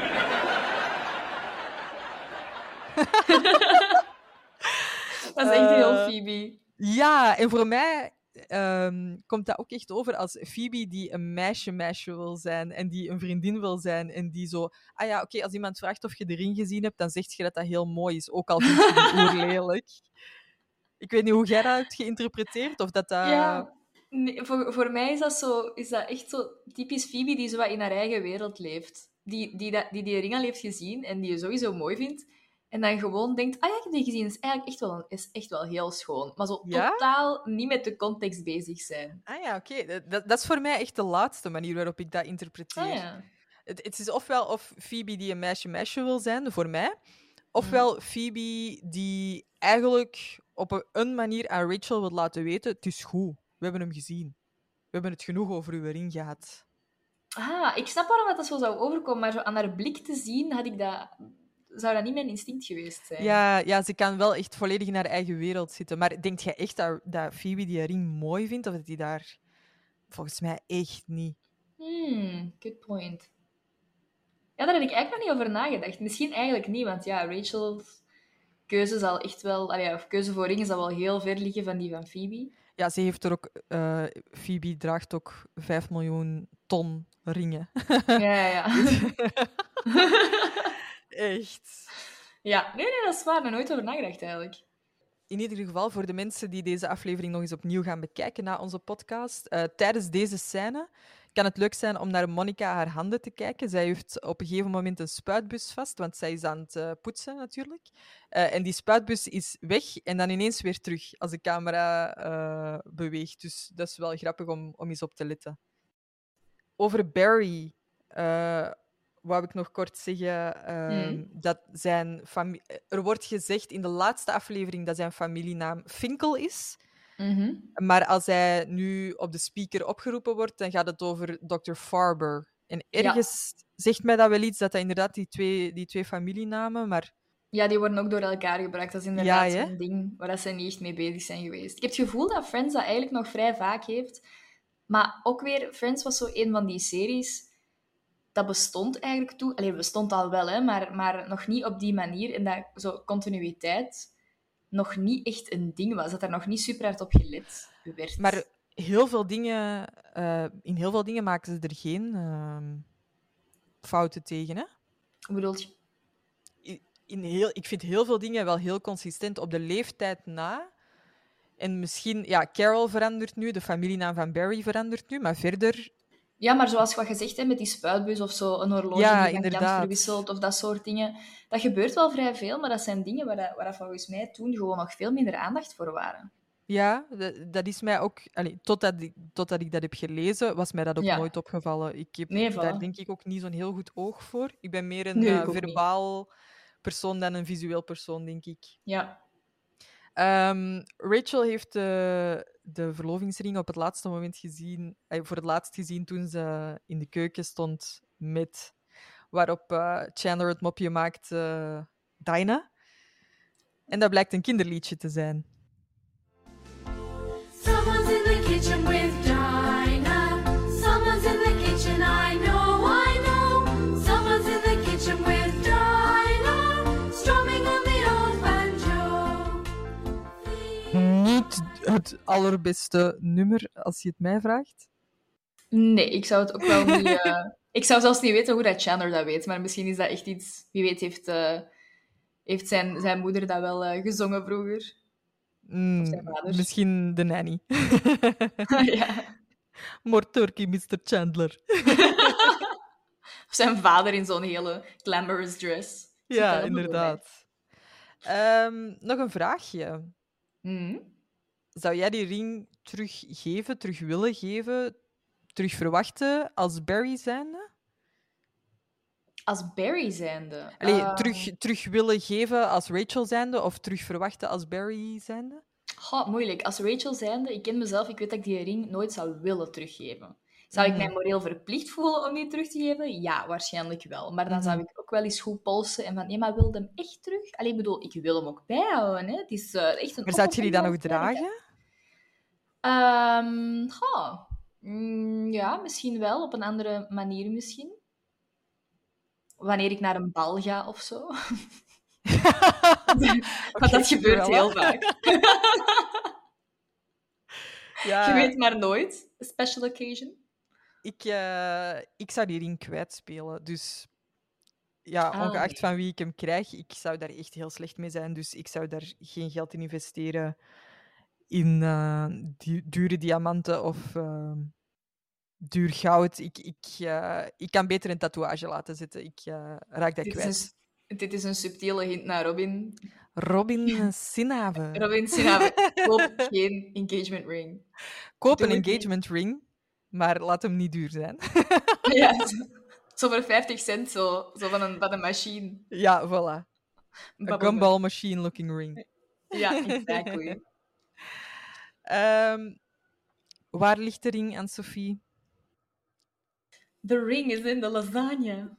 Dat is echt heel uh, Phoebe. Ja, en voor mij um, komt dat ook echt over als Phoebe die een meisje-meisje wil zijn en die een vriendin wil zijn en die zo... Ah ja, oké, okay, als iemand vraagt of je de ring gezien hebt, dan zeg je dat dat heel mooi is, ook al vind je die oerlelijk. Ik weet niet hoe jij dat hebt geïnterpreteerd, of dat dat... Ja, nee, voor, voor mij is dat, zo, is dat echt zo typisch Phoebe die zo wat in haar eigen wereld leeft. Die die, dat, die, die ring al heeft gezien en die je sowieso mooi vindt. En dan gewoon denkt, ah ja, ik heb die gezien, is eigenlijk echt wel, is echt wel heel schoon. Maar zo ja? totaal niet met de context bezig zijn. Ah ja, oké. Okay. Dat, dat is voor mij echt de laatste manier waarop ik dat interpreteer. Ah, ja. het, het is ofwel of Phoebe die een meisje-meisje wil zijn, voor mij, ofwel mm. Phoebe die eigenlijk op een, een manier aan Rachel wil laten weten, het is goed, we hebben hem gezien. We hebben het genoeg over uw ring gehad. Ah, ik snap waarom dat zo zou overkomen, maar zo aan haar blik te zien, had ik dat... zou dat niet mijn instinct geweest zijn. Ja, ja, ze kan wel echt volledig in haar eigen wereld zitten. Maar denk jij echt dat, dat Phoebe die ring mooi vindt? Of dat die daar... Volgens mij echt niet. Hmm, good point. Ja, daar heb ik eigenlijk nog niet over nagedacht. Misschien eigenlijk niet, want ja, Rachel's keuze zal echt wel... Allee, of keuze voor ringen zal wel heel ver liggen van die van Phoebe. Ja, ze heeft er ook... Uh, Phoebe draagt ook vijf miljoen ton ringen. Ja, ja, ja. Echt. Ja, nee, nee, dat is waar. Ik heb er nooit over nagedacht, eigenlijk. In ieder geval, voor de mensen die deze aflevering nog eens opnieuw gaan bekijken na onze podcast, uh, tijdens deze scène kan het leuk zijn om naar Monica haar handen te kijken. Zij heeft op een gegeven moment een spuitbus vast, want zij is aan het uh, poetsen natuurlijk. Uh, en die spuitbus is weg en dan ineens weer terug als de camera uh, beweegt. Dus dat is wel grappig om, om eens op te letten. Over Barry... Uh, wou ik nog kort zeggen, uh, mm. dat zijn familie... Er wordt gezegd in de laatste aflevering dat zijn familienaam Finkel is. Mm-hmm. Maar als hij nu op de speaker opgeroepen wordt, dan gaat het over dokter Farber. En ergens ja. zegt mij dat wel iets, dat dat inderdaad die twee, die twee familienamen, maar... Ja, die worden ook door elkaar gebruikt. Dat is inderdaad ja, zo'n ding waar ze niet echt mee bezig zijn geweest. Ik heb het gevoel dat Friends dat eigenlijk nog vrij vaak heeft. Maar ook weer, Friends was zo een van die series... Dat bestond eigenlijk toen... Allee, bestond al wel, hè, maar, maar nog niet op die manier. En dat zo continuïteit nog niet echt een ding was. Dat er nog niet super hard op gelet werd. Maar heel veel dingen... Uh, in heel veel dingen maken ze er geen uh, fouten tegen, hè? Hoe bedoel je? In, in heel, ik vind heel veel dingen wel heel consistent op de leeftijd na. En misschien... Ja, Carol verandert nu. De familienaam van Barry verandert nu. Maar verder... Ja, maar zoals wat gezegd hebt met die spuitbus of zo, een horloge ja, die van kant verwisselt of dat soort dingen. Dat gebeurt wel vrij veel, maar dat zijn dingen waar, waar volgens mij toen gewoon nog veel minder aandacht voor waren. Ja, dat, dat is mij ook... Allee, totdat, ik, totdat ik dat heb gelezen, was mij dat ook ja. nooit opgevallen. Ik heb nee, daar denk ik ook niet zo'n heel goed oog voor. Ik ben meer een nee, uh, verbaal niet. persoon dan een visueel persoon, denk ik. Ja. Um, Rachel heeft de, de verlovingsring op het laatste moment gezien, eh, voor het laatst gezien toen ze in de keuken stond met, waarop uh, Chandler het mopje maakt, uh, Dinah. En dat blijkt een kinderliedje te zijn. Someone's in the kitchen with Dinah. Someone's in the kitchen, I know, I know. Someone's in the kitchen with Dinah. Strumming on the old banjo. Niet het allerbeste nummer, als je het mij vraagt. Nee, ik zou het ook wel niet... Uh, Ik zou zelfs niet weten hoe dat Chandler dat weet, maar misschien is dat echt iets... Wie weet heeft, uh, heeft zijn, zijn moeder dat wel uh, gezongen vroeger. Mm, of zijn vader. Misschien de nanny. Ja. More turkey, mister Chandler. Of zijn vader in zo'n hele glamorous dress. Ja, inderdaad. Um, nog een vraagje. Mm-hmm. Zou jij die ring teruggeven, terug willen geven, terug verwachten als Barry zijnde? Als Barry zijnde? Allee, uh... terug, terug willen geven als Rachel zijnde of terug verwachten als Barry zijnde? Goh, moeilijk. Als Rachel zijnde, ik ken mezelf, ik weet dat ik die ring nooit zou willen teruggeven. Zou ik mij moreel verplicht voelen om die terug te geven? Ja, waarschijnlijk wel. Maar dan zou ik ook wel eens goed polsen en van, nee, maar wil hem echt terug? Allee, ik bedoel, ik wil hem ook bijhouden. Hè? Het is uh, echt een maar zou je die dan nog dragen? Um, goh. Mm, ja, misschien wel. Op een andere manier misschien. Wanneer ik naar een bal ga of zo. Okay, Want dat gebeurt heel vaak. Ja. Je weet maar nooit. A special occasion. Ik, uh, ik zou die ring kwijtspelen. Dus ja, Ah, ongeacht nee. van wie ik hem krijg, ik zou daar echt heel slecht mee zijn. Dus ik zou daar geen geld in investeren in uh, die, dure diamanten of uh, duur goud. Ik, ik, uh, ik kan beter een tatoeage laten zitten. Ik uh, raak dat Dit kwijt. is, een, dit is een subtiele hint naar Robin. Robin Sinave. Robin Sinave, koop geen engagement ring. Koop Doe een het engagement ring, maar laat hem niet duur zijn. Ja, zo, zo voor vijftig cent, zo, zo van, een, van een machine. Ja, voilà. Een A gumball machine looking ring. Ja, exactly. um, waar ligt de ring aan Sophie? The ring is in the lasagne.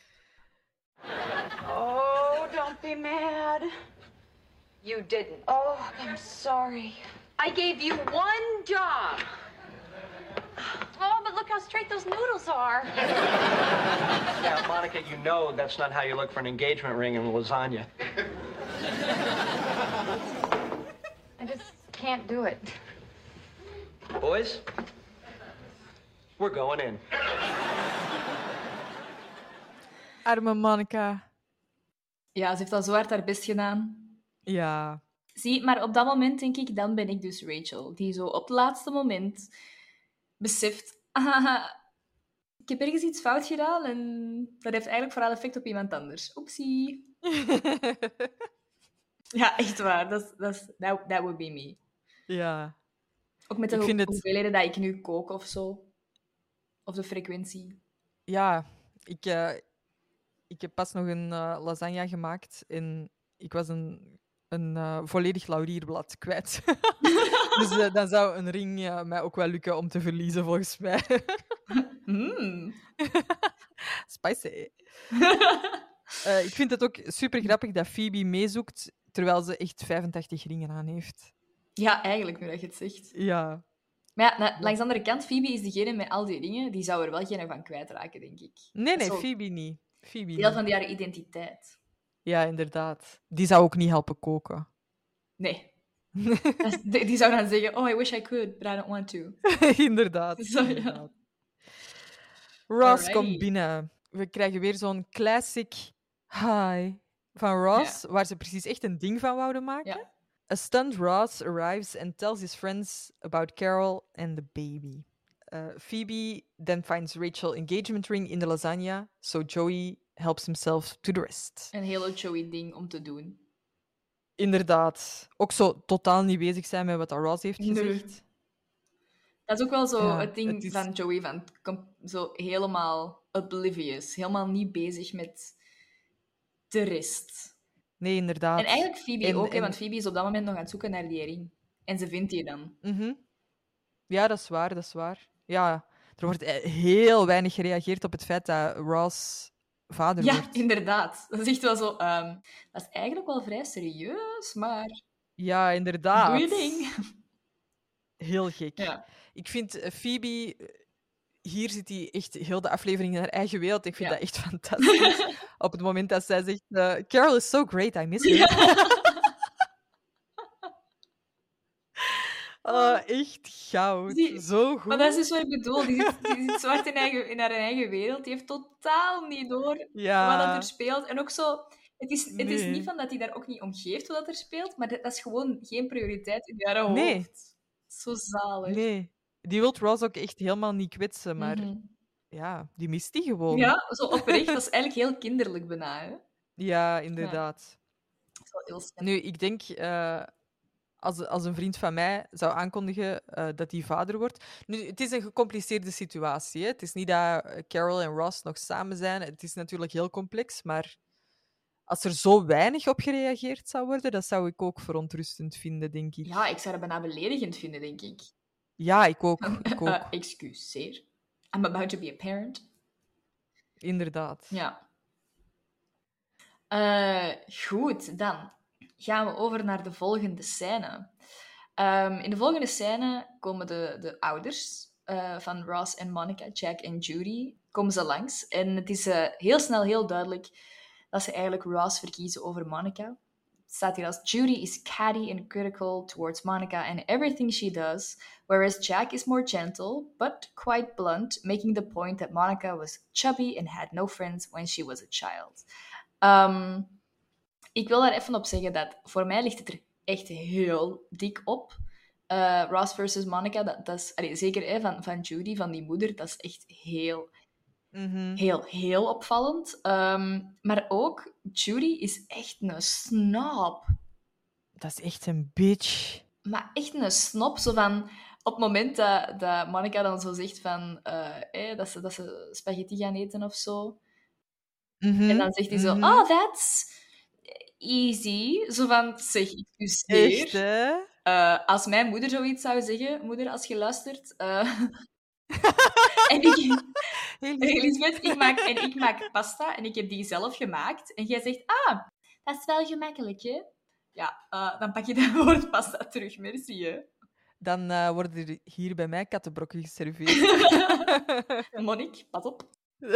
Oh, don't be mad. You didn't. Oh, I'm sorry. I gave you one job. Oh, but look how straight those noodles are. Yeah, Monica, you know that's not how you look for an engagement ring in lasagna. I just can't do it. Boys, we're going in. Arme Monica. Ja, ze heeft al zo hard haar best gedaan. Ja. Zie, maar op dat moment denk ik, dan ben ik dus Rachel. Die zo op het laatste moment beseft... Ah, ik heb ergens iets fout gedaan en dat heeft eigenlijk vooral effect op iemand anders. Oepsie. Ja, echt waar. Dat, dat, that, that would be me. Ja. Ook met de Ik vind het- hoeveelheden dat ik nu kook of zo. Of de frequentie. Ja, ik, uh, ik heb pas nog een uh, lasagne gemaakt en ik was een, een uh, volledig laurierblad kwijt. Dus uh, dan zou een ring uh, mij ook wel lukken om te verliezen, volgens mij. Mm. Spicy. Uh, ik vind het ook super grappig dat Phoebe meezoekt terwijl ze echt vijfentachtig ringen aan heeft. Ja, eigenlijk, nu dat je het zegt. Ja. Maar ja, na, langs de andere kant, Phoebe is degene met al die dingen. Die zou er wel geen van kwijtraken, denk ik. Nee, nee, Zo, Phoebe niet. Phoebe deel niet. van die haar identiteit. Ja, inderdaad. Die zou ook niet helpen koken. Nee. Dat is- die, die zou dan zeggen, oh, I wish I could, but I don't want to. Inderdaad. Zo, ja. inderdaad. Ross Alrighty. komt binnen. We krijgen weer zo'n classic hi van Ross, waar ze precies echt een ding van wouden maken. Ja. A stunned Ross arrives and tells his friends about Carol and the baby. Uh, Phoebe then finds Rachel engagement ring in de lasagna, so Joey helps himself to the rest. Een hele Joey ding om te doen. Inderdaad. Ook zo totaal niet bezig zijn met wat Ross heeft Nee. gezegd. Dat is ook wel zo Ja, het ding het is- van Joey, van kom- zo helemaal oblivious. Helemaal niet bezig met de rest. Nee, inderdaad. En eigenlijk Phoebe En- ook, hè, en- want Phoebe is op dat moment nog aan het zoeken naar die ring. En ze vindt die dan. Mhm. Ja, dat is waar, dat is waar. Ja, er wordt eh, heel weinig gereageerd op het feit dat Ross vader Ja, wordt. inderdaad. Dat is echt wel zo... ehm, dat is eigenlijk wel vrij serieus, maar... Ja, inderdaad. Doe je ding. Heel gek. Ja. Ik vind eh, Phoebe... eh, Hier zit hij echt heel de aflevering in haar eigen wereld. Ik vind Ja. dat echt fantastisch. Op het moment dat zij zegt... eh, Carol is so great, I miss her. Oh, echt goud. Die- Zo goed. Maar dat is dus wat ik bedoel. Die zit, die zit zo hard in, eigen, in haar eigen wereld. Die heeft totaal niet door Ja. wat dat er speelt. En ook zo... Het is, het is Nee. niet van dat hij daar ook niet om geeft wat er speelt, maar dat, dat is gewoon geen prioriteit in haar hoofd. Nee. Zo zalig. Nee. Die wil Ross ook echt helemaal niet kwetsen, maar Mhm. ja, die mist die gewoon. Ja, zo oprecht. Dat is eigenlijk heel kinderlijk bijna. Hè? Ja, inderdaad. Dat is wel heel snel. Nu, ik denk, eh, als, als een vriend van mij zou aankondigen eh, dat hij vader wordt... Nu, het is een gecompliceerde situatie. Hè? Het is niet dat eh, Carol en Ross nog samen zijn. Het is natuurlijk heel complex, maar als er zo weinig op gereageerd zou worden, dat zou ik ook verontrustend vinden, denk ik. Ja, ik zou dat bijna beledigend vinden, denk ik. Ja, ik ook. Ik ook. Uh, excuseer. I'm about to be a parent. Inderdaad. Ja. Uh, goed, dan gaan we over naar de volgende scène. Um, in de volgende scène komen de, de ouders uh, van Ross en Monica, Jack en Judy, komen ze langs. En het is uh, heel snel heel duidelijk dat ze eigenlijk Ross verkiezen over Monica. Het staat hier als Judy is catty and critical towards Monica and everything she does, whereas Jack is more gentle, but quite blunt, making the point that Monica was chubby and had no friends when she was a child. Um, ik wil daar even op zeggen dat voor mij ligt het er echt heel dik op. Uh, Ross versus Monica, dat, dat is, allee, zeker hè, van, van Judy, van die moeder, dat is echt heel, Mhm. heel, heel opvallend. Um, maar ook, Judy is echt een snob. Dat is echt een bitch. Maar echt een snop, zo van... Op het moment dat, dat Monica dan zo zegt van... Uh, eh, dat, ze, dat ze spaghetti gaan eten of zo. Mhm. En dan zegt hij zo... Mhm. Oh, that's easy. Zo van, zeg, excuseer. Echt, hè? Uh, als mijn moeder zoiets zou zeggen... Moeder, als je luistert... Uh, en ik... Elisabeth, ik maak, en ik maak pasta en ik heb die zelf gemaakt. En jij zegt... Ah, dat is wel gemakkelijk, hè? Ja, uh, dan pak je dat woord pasta terug. Merci, hè. Dan uh, worden er hier bij mij kattenbrokken geserveerd. Monique, pas op.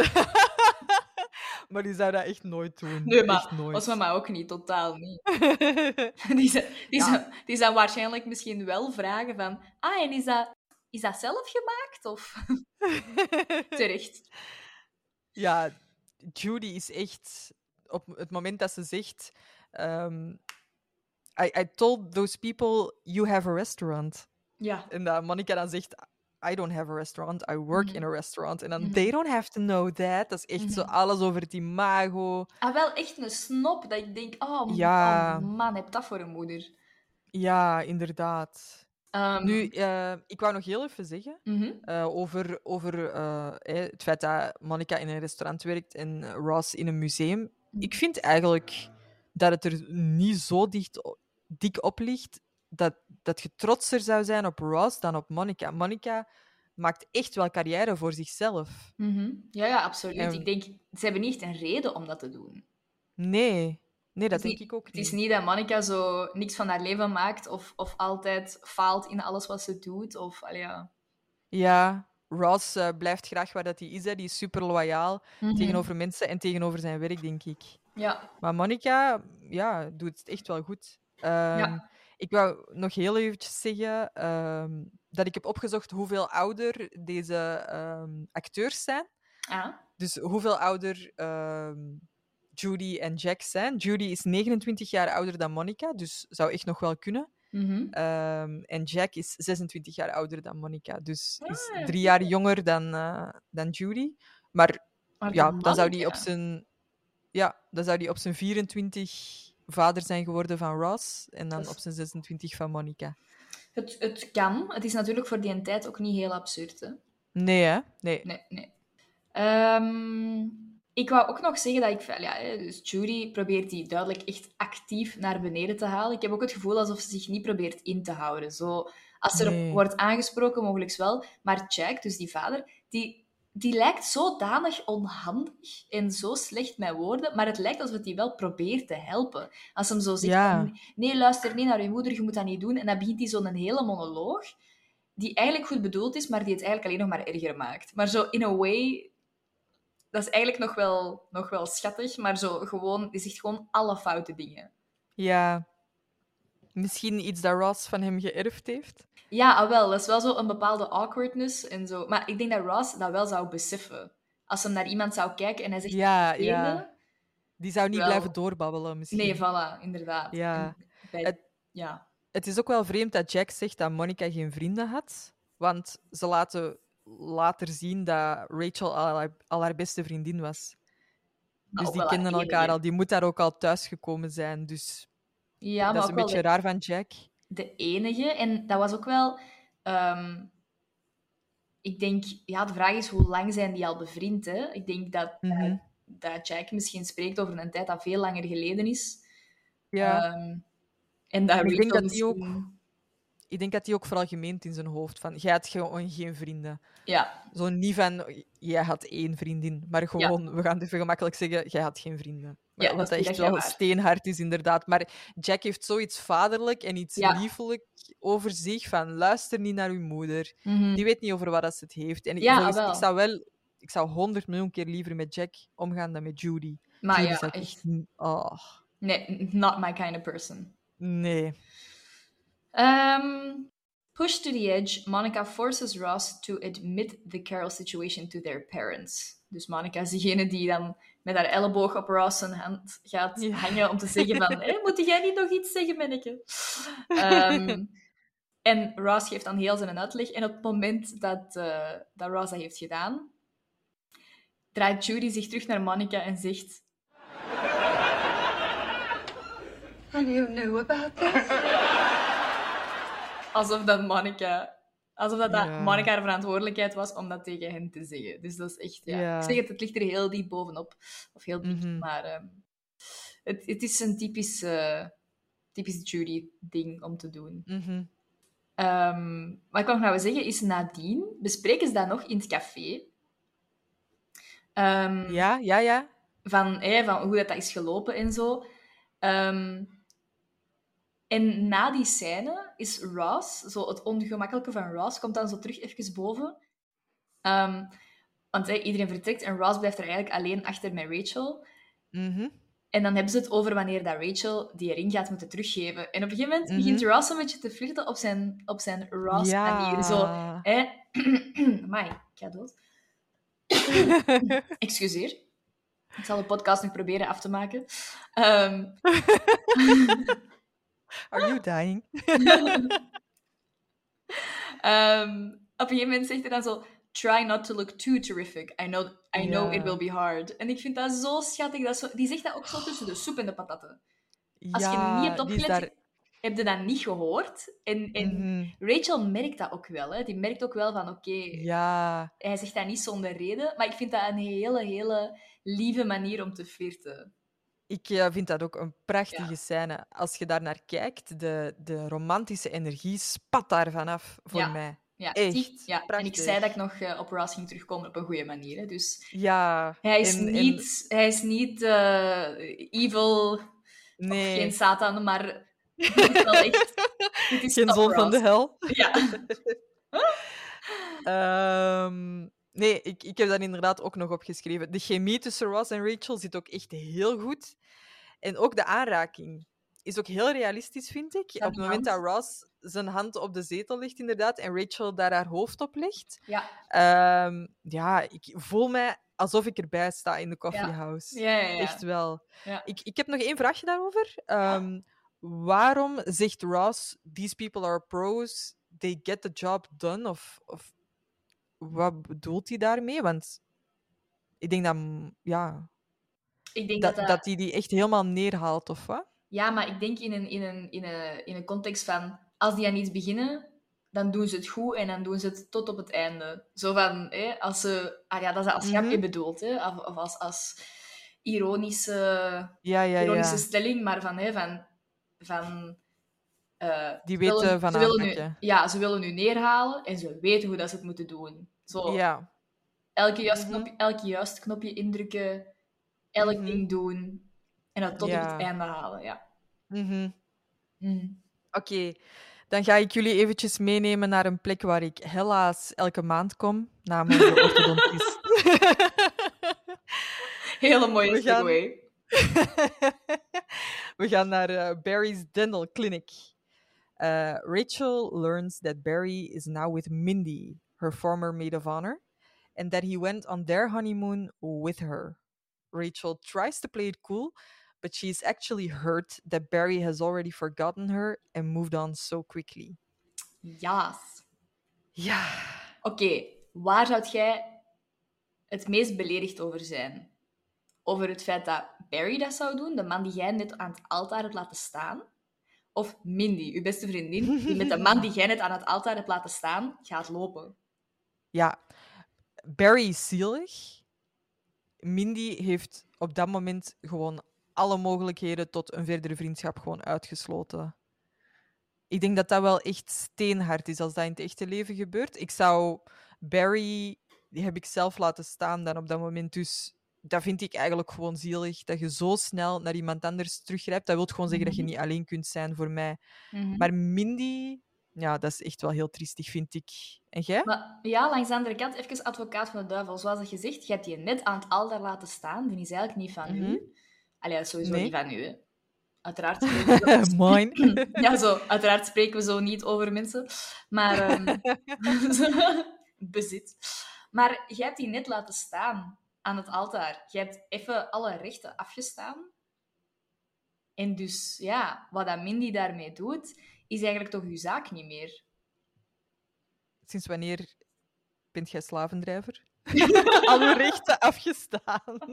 Maar die zou dat echt nooit doen. Nee, maar echt nooit. was mama ook niet, totaal niet. die, zou, die, Ja. zou, die zou waarschijnlijk misschien wel vragen van... Ah, en is dat, is dat zelf gemaakt? Of... Terecht. Ja, Judy is echt... Op het moment dat ze zegt... Um, I, I told those people, you have a restaurant. Ja. En dat Monica dan zegt... I don't have a restaurant, I work Mhm. in a restaurant. En dan, Mhm. they don't have to know that. Dat is echt Mhm. zo alles over het imago. Ah, wel echt een snop, dat ik denk... Oh, Ja. oh man, heb dat voor een moeder. Ja, inderdaad. Um, Nu, uh, ik wou nog heel even zeggen mhm. uh, over, over uh, eh, het feit dat Monica in een restaurant werkt en Ross in een museum. Ik vind eigenlijk dat het er niet zo dicht, dik op ligt dat, dat je trotser zou zijn op Ross dan op Monica. Monica maakt echt wel carrière voor zichzelf. Mhm. Ja, ja, absoluut. En- Ik denk, ze hebben niet echt een reden om dat te doen. Nee, nee dat Het is denk niet- ik ook Het is niet. niet dat Monica zo niks van haar leven maakt of, of altijd faalt in alles wat ze doet. Of, allee, ja. Ja, Ross uh, blijft graag waar dat hij is. Hè. Die is super loyaal Mhm. tegenover mensen en tegenover zijn werk, denk ik. Ja. Maar Monica, ja, doet het echt wel goed. Ehm, Ja. Ik wou nog heel eventjes zeggen ehm, dat ik heb opgezocht hoeveel ouder deze ehm, acteurs zijn. Ah. Dus hoeveel ouder ehm, Judy en Jack zijn. Judy is negenentwintig jaar ouder dan Monica, dus zou echt nog wel kunnen. Mhm. Ehm, en Jack is zesentwintig jaar ouder dan Monica, dus is Ah, drie jaar jonger dan, eh, dan Judy. Maar Maar ja, de dan zou die Monica- op zijn, ja, dan zou die op zijn vierentwintig vader zijn geworden van Ross en dan Dat is- op zijn zesentwintig van Monica. Het, het kan. Het is natuurlijk voor die tijd ook niet heel absurd, hè? Nee, hè? Nee. Nee, nee. Ehm, ik wou ook nog zeggen dat ik... Ja, hè, dus Judy probeert die duidelijk echt actief naar beneden te halen. Ik heb ook het gevoel alsof ze zich niet probeert in te houden. Zo, als er Nee. wordt aangesproken, mogelijk wel. Maar Jack, dus die vader, die, die lijkt zodanig onhandig en zo slecht met woorden, maar het lijkt alsof hij wel probeert te helpen. Als hem zo zegt, Ja. van, nee, luister niet naar je moeder, je moet dat niet doen. En dan begint hij zo'n hele monoloog, die eigenlijk goed bedoeld is, maar die het eigenlijk alleen nog maar erger maakt. Maar zo, in a way... Dat is eigenlijk nog wel, nog wel schattig, maar zo gewoon, die zegt gewoon alle foute dingen. Ja. Misschien iets dat Ross van hem geërfd heeft? Ja, ah, wel. Dat is wel zo een bepaalde awkwardness en zo. Maar ik denk dat Ross dat wel zou beseffen. Als hem naar iemand zou kijken en hij zegt... Ja, vreemde, ja. Die zou niet wel... blijven doorbabbelen, misschien. Nee, voilà, inderdaad. Ja. En bij... Het, ja. het is ook wel vreemd dat Jack zegt dat Monica geen vrienden had. Want ze laten later zien dat Rachel al haar, al haar beste vriendin was. Dus ook die wel kenden haar elkaar enige. al. Die moet daar ook al thuisgekomen zijn. Dus Ja, dat maar is ook een wel beetje de, raar van Jack. de enige. En dat was ook wel... ehm, ik denk... Ja, de vraag is, hoe lang zijn die al bevriend, hè? Ik denk dat, Mhm. dat, dat Jack misschien spreekt over een tijd dat veel langer geleden is. Ja. Ehm, en dat En ik Rachel denk dat die misschien... ook... Ik denk dat hij ook vooral gemeend in zijn hoofd van... Jij had gewoon geen vrienden. Ja. Zo niet van... Jij had één vriendin. Maar gewoon, we gaan het even gemakkelijk zeggen... Jij had geen vrienden. Maar Ja, wat dat is echt echt wel waar. steenhard is, inderdaad. Maar Jack heeft zoiets vaderlijk en iets Ja. liefelijk over zich. Van, luister niet naar uw moeder. Mhm. Die weet niet over wat dat ze het heeft. En ik- Ja, volgens, wel. ik zou wel... Ik zou honderd miljoen keer liever met Jack omgaan dan met Judy. Maar Judy ja, zou ik echt. Oh, Nee, not my kind of person. nee. Um, pushed to the edge, Monica forces Ross to admit the Carol situation to their parents. Dus Monica is degene die dan met haar elleboog op Ross zijn hand gaat Ja. hangen om te zeggen van, hey, moet jij niet nog iets zeggen, manneke? Um, en Ross geeft dan heel zijn uitleg. En op het moment dat, uh, dat Ross dat heeft gedaan, draait Judy zich terug naar Monica en zegt... And you knew about this? Alsof dat Monica... Alsof dat, dat Ja. Monica haar verantwoordelijkheid was om dat tegen hen te zeggen. Dus dat is echt... Ja. Ja. Ik zeg het, het ligt er heel diep bovenop. Of heel diep, Mhm. maar... ehm, het, het is een typisch, eh, typisch Judy-ding om te doen. Mhm. Ehm, wat ik nog nou wil zeggen is, nadien bespreken ze dat nog in het café. Ehm, Ja, ja, ja. van, hè, van hoe dat, dat is gelopen en zo. Ehm, en na die scène is Ross, zo het ongemakkelijke van Ross, komt dan zo terug even boven. Ehm, want hè, iedereen vertrekt en Ross blijft er eigenlijk alleen achter met Rachel. Mhm. En dan hebben ze het over wanneer dat Rachel die ring gaat moeten teruggeven. En op een gegeven moment Mhm. begint Ross een beetje te flirten op zijn, op zijn Ross-manier. Ja. Zo, hè? Amai, ik ga dood. Excuseer. Ik zal de podcast nog proberen af te maken. Ehm, Are you dying? Ehm, op een gegeven moment zegt hij dan zo... Try not to look too terrific. I know, I know Ja. it will be hard. En ik vind dat zo schattig. Dat zo, die zegt dat ook zo tussen de soep en de patatten. Als je Ja, niet hebt die is opgelet, daar... heb je dat niet gehoord. En, en Mhm. Rachel merkt dat ook wel. Hè. Die merkt ook wel van, oké, Ja, hij zegt dat niet zonder reden. Maar ik vind dat een hele, hele lieve manier om te flirten. ik eh, vind dat ook een prachtige Ja. scène. Als je daar naar kijkt, de, de romantische energie spat daar vanaf voor Ja. mij. Ja, Echt, zie- ja. En ik prachtig. zei dat ik nog eh, op Ross ging terugkomen op een goede manier. Hè. Dus Ja. hij is en- en- niet, hij is niet eh, evil... nee, Geen Satan, maar dit is wel echt... Dit is geen top zon van de Ross. hel. Ja. Ehm, nee, ik, ik heb dat inderdaad ook nog opgeschreven. De chemie tussen Ross en Rachel zit ook echt heel goed. En ook de aanraking is ook heel realistisch, vind ik. Ja, op het die moment hand. dat Ross zijn hand op de zetel legt, inderdaad, en Rachel daar haar hoofd op legt. Ja. Ehm, ja, ik voel mij alsof ik erbij sta in de coffeehouse. Ja, ja, ja. Echt wel. Ja. Ik, ik heb nog één vraagje daarover. Ehm, Waarom zegt Ross, these people are pros, they get the job done? Of, of wat bedoelt hij daarmee? Want ik denk dat, mm, ja, Ik denk dat, dat, dat dat... hij die echt helemaal neerhaalt, of wat? Ja, maar ik denk in een, in, een, in, een, in een context van... Als die aan iets beginnen, dan doen ze het goed en dan doen ze het tot op het einde. Zo van, hè, als ze... Ah ja, dat is als Mhm. grapje bedoeld, hè. Of, of als, als ironische, Ja, ja, ironische ja. stelling, maar van... Hè, van, van eh, Die ze willen- weten van ze willen nu, aanpakken. Ja, ze willen nu neerhalen en ze weten hoe dat ze het moeten doen. Zo, Ja. elke, juist Mhm. knopje, elke juist knopje indrukken, elk Mhm. ding doen en dat tot op Ja. het einde halen, ja. Mhm. Mhm. Oké, dan ga ik jullie eventjes meenemen naar een plek waar ik helaas elke maand kom, namelijk de orthodontist. Hele mooie We gaan- segue. We gaan naar eh, Barry's Dental Clinic. Uh, Rachel learns that Barry is now with Mindy, her former maid of honor, and that he went on their honeymoon with her. Rachel tries to play it cool, but she's actually hurt that Barry has already forgotten her and moved on so quickly. Yes. Ja. Oké, okay, waar zou jij het meest beledigd over zijn? Over het feit dat Barry dat zou doen, de man die jij net aan het altaar hebt laten staan? Of Mindy, uw beste vriendin, die met de man die jij net aan het altaar hebt laten staan, gaat lopen? Ja, Barry is zielig. Mindy heeft op dat moment gewoon alle mogelijkheden tot een verdere vriendschap gewoon uitgesloten. Ik denk dat dat wel echt steenhard is als dat in het echte leven gebeurt. Ik zou Barry, die heb ik zelf laten staan dan op dat moment. Dus dat vind ik eigenlijk gewoon zielig. Dat je zo snel naar iemand anders teruggrijpt. Dat wil gewoon zeggen mm-hmm. dat je niet alleen kunt zijn voor mij. Mm-hmm. Maar Mindy, ja, dat is echt wel heel triestig, vind ik. En jij? Maar ja, langs de andere kant, even advocaat van de duivel. Zoals dat je zegt, je hebt die net aan het altaar laten staan. Die is eigenlijk niet van mm-hmm. u. Allee, dat is sowieso nee. niet van u, hè. Uiteraard spreken we... Mine. Ja, zo. Uiteraard spreken we zo niet over mensen. Maar... Um... Bezit. Maar jij hebt die net laten staan aan het altaar. Je hebt even alle rechten afgestaan. En dus, ja, wat dat Mindy daarmee doet, is eigenlijk toch uw zaak niet meer. Sinds wanneer bent jij slavendrijver? Alle rechten afgestaan.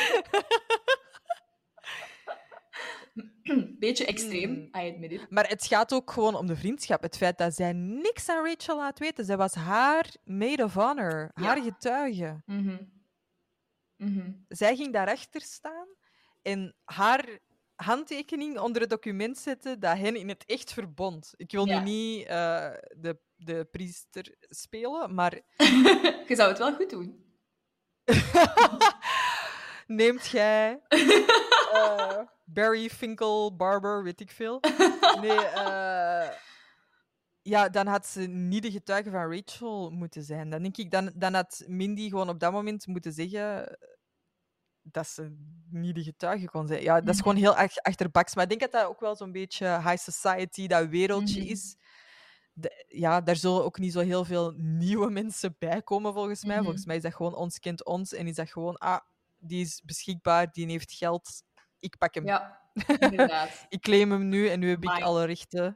Beetje extreem, I admit it. Maar het gaat ook gewoon om de vriendschap. Het feit dat zij niks aan Rachel laat weten. Zij was haar maid of honor, haar ja. getuige. Mm-hmm. Mm-hmm. Zij ging daarachter staan en haar handtekening onder het document zetten dat hen in het echt verbond. Ik wil ja. nu niet uh, de, de priester spelen, maar... Je zou het wel goed doen. Neemt jij... Uh, Barry Finkel Barber, weet ik veel. Nee, uh, ja, dan had ze niet de getuige van Rachel moeten zijn. Dan denk ik, dan, dan had Mindy gewoon op dat moment moeten zeggen dat ze niet de getuige kon zijn. Ja, dat is gewoon heel ach- achterbaks. Maar ik denk dat dat ook wel zo'n beetje high society, dat wereldje mm-hmm. is. De, ja, daar zullen ook niet zo heel veel nieuwe mensen bij komen, volgens mij. Mm-hmm. Volgens mij is dat gewoon ons kent ons. En is dat gewoon, ah, die is beschikbaar, die heeft geld... Ik pak hem. Ja, inderdaad. Ik claim hem nu en nu heb Bye. ik alle rechten.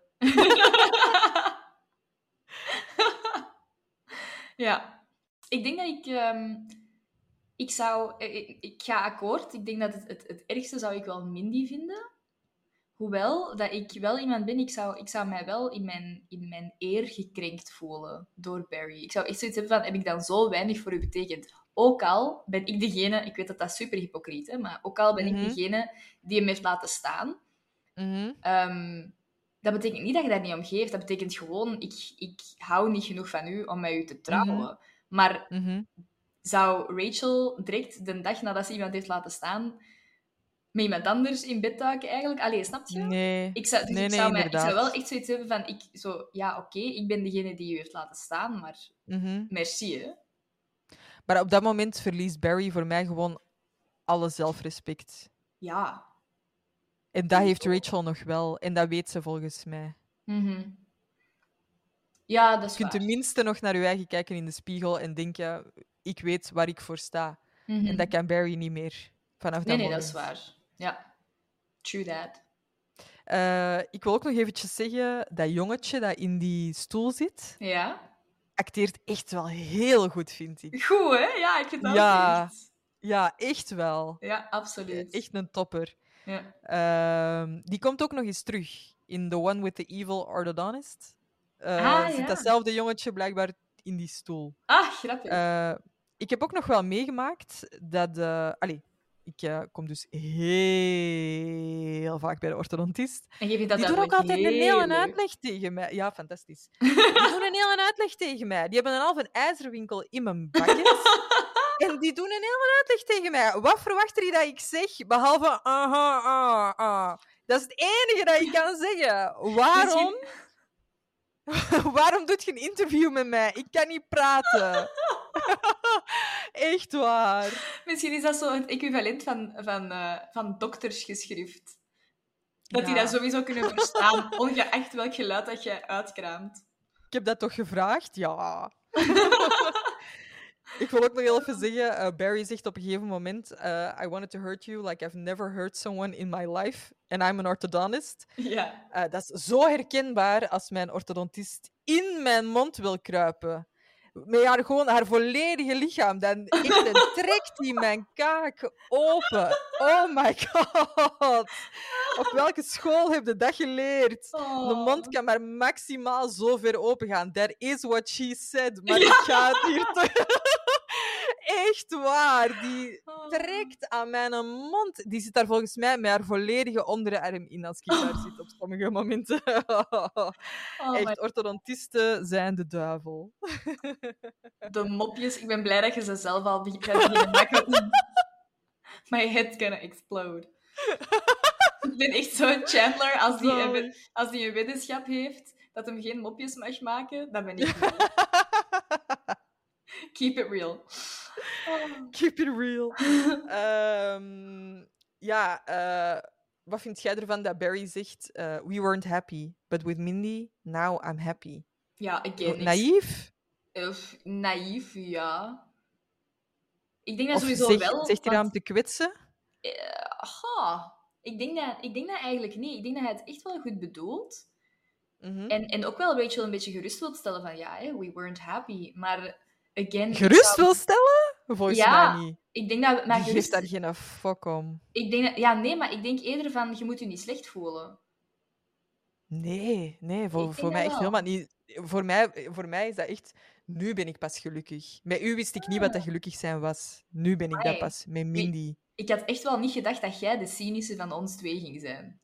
Ja. Ik denk dat ik... Um, ik zou... Ik, ik ga akkoord. Ik denk dat het, het, het ergste zou ik wel Mindy vinden. Hoewel dat ik wel iemand ben... Ik zou, ik zou mij wel in mijn, in mijn eer gekrenkt voelen door Barry. Ik zou echt zoiets hebben van... Heb ik dan zo weinig voor u betekend? Ook al ben ik degene... Ik weet dat dat super hypocriet is, maar ook al ben mm-hmm. ik degene die hem heeft laten staan. Mm-hmm. Um, dat betekent niet dat je daar niet om geeft. Dat betekent gewoon... Ik, ik hou niet genoeg van u om met u te trouwen. Mm-hmm. Maar mm-hmm. zou Rachel direct de dag nadat ze iemand heeft laten staan... met iemand anders in bed duiken eigenlijk? Allee, snap je? Nee. Ik zou, dus nee, ik, nee, zou mij, ik zou wel echt zoiets hebben van... Ik, zo, ja, oké, okay, ik ben degene die u heeft laten staan, maar... Mm-hmm. Merci, hè. Maar op dat moment verliest Barry voor mij gewoon alle zelfrespect. Ja. En dat heeft Rachel nog wel. En dat weet ze volgens mij. Mm-hmm. Ja, dat is Je kunt waar. tenminste nog naar je eigen kijken in de spiegel en denken, ik weet waar ik voor sta. Mm-hmm. En dat kan Barry niet meer. Vanaf nee, dat nee, moment. dat is waar. Ja. True that. Uh, ik wil ook nog eventjes zeggen, dat jongetje dat in die stoel zit... Ja? acteert echt wel heel goed, vind ik. Goed, hè? Ja, ik vind dat ja, echt. Ja, echt wel. Ja, absoluut. Echt een topper. Ja. Uh, die komt ook nog eens terug in The One with the Evil Orthodontist. Uh, ah, zit ja. datzelfde jongetje blijkbaar in die stoel. Ah, grappig. Uh, ik heb ook nog wel meegemaakt dat... Uh, allez, ik uh, kom dus heel vaak bij de orthodontist. En je vindt dat die doen ook altijd een hele leuk. uitleg tegen mij. Ja, fantastisch. Die doen een hele uitleg tegen mij. Die hebben een halve ijzerwinkel in mijn bakjes. En die doen een hele uitleg tegen mij. Wat verwacht je dat ik zeg? Behalve... Aha, ah, ah. Dat is het enige dat ik kan zeggen. Waarom... Waarom doet je een interview met mij? Ik kan niet praten. Echt waar. Misschien is dat zo het equivalent van, van, uh, van doktersgeschrift. Dat die Ja. dat sowieso kunnen verstaan, ongeacht welk geluid dat jij uitkraamt. Ik heb dat toch gevraagd? Ja. Ik wil ook nog heel even zeggen, uh, Barry zegt op een gegeven moment, uh, I wanted to hurt you like I've never hurt someone in my life. And I'm an orthodontist. Ja. Uh, dat is zo herkenbaar als mijn orthodontist in mijn mond wil kruipen. Met haar, gewoon haar volledige lichaam. Dan echt, dan trekt hij mijn kaak open. Oh my god. Op welke school heb je dat geleerd? Oh. De mond kan maar maximaal zo ver open gaan. That is what she said. Maar ik ga het hier toch... Echt waar. Die trekt aan mijn mond. Die zit daar volgens mij met haar volledige onderarm in als ik daar zit op sommige momenten. Oh my- Echt, orthodontisten zijn de duivel. De mopjes, ik ben blij dat je ze zelf al be- gaat beginnen maken. My head's gonna explode. Ik ben echt zo'n Chandler, als die, een, wed- als die een weddenschap heeft dat hem geen mopjes mag maken, dan ben ik niet. Keep it real. Keep it real. Ehm, ja, eh, wat vind jij ervan dat Barry zegt... eh, we weren't happy, but with Mindy, now I'm happy. Ja, again. Naïef? Of, naïef, ja. Ik denk dat Of sowieso zeg- wel... zegt hij dat want- om te kwetsen? Eh, aha. Ik denk, dat, ik denk dat eigenlijk niet. Ik denk dat hij het echt wel goed bedoelt. Mhm. En, en ook wel Rachel een beetje gerust wil stellen van ja, hè, we weren't happy. Maar again... ik Gerust zou- wil stellen? Volgens Ja, mij niet. ik denk dat... Maar Die gerust... geeft daar geen fuck om. ik denk dat, ja, nee, maar ik denk eerder van je moet je niet slecht voelen. Nee, nee, voor, Ik denk voor dat mij echt wel. helemaal niet. Voor mij, voor mij is dat echt... Nu ben ik pas gelukkig. Met u wist ik niet wat dat gelukkig zijn was. Nu ben ik dat Amai. pas, met Mindy. Ik had echt wel niet gedacht dat jij de cynische van ons twee ging zijn.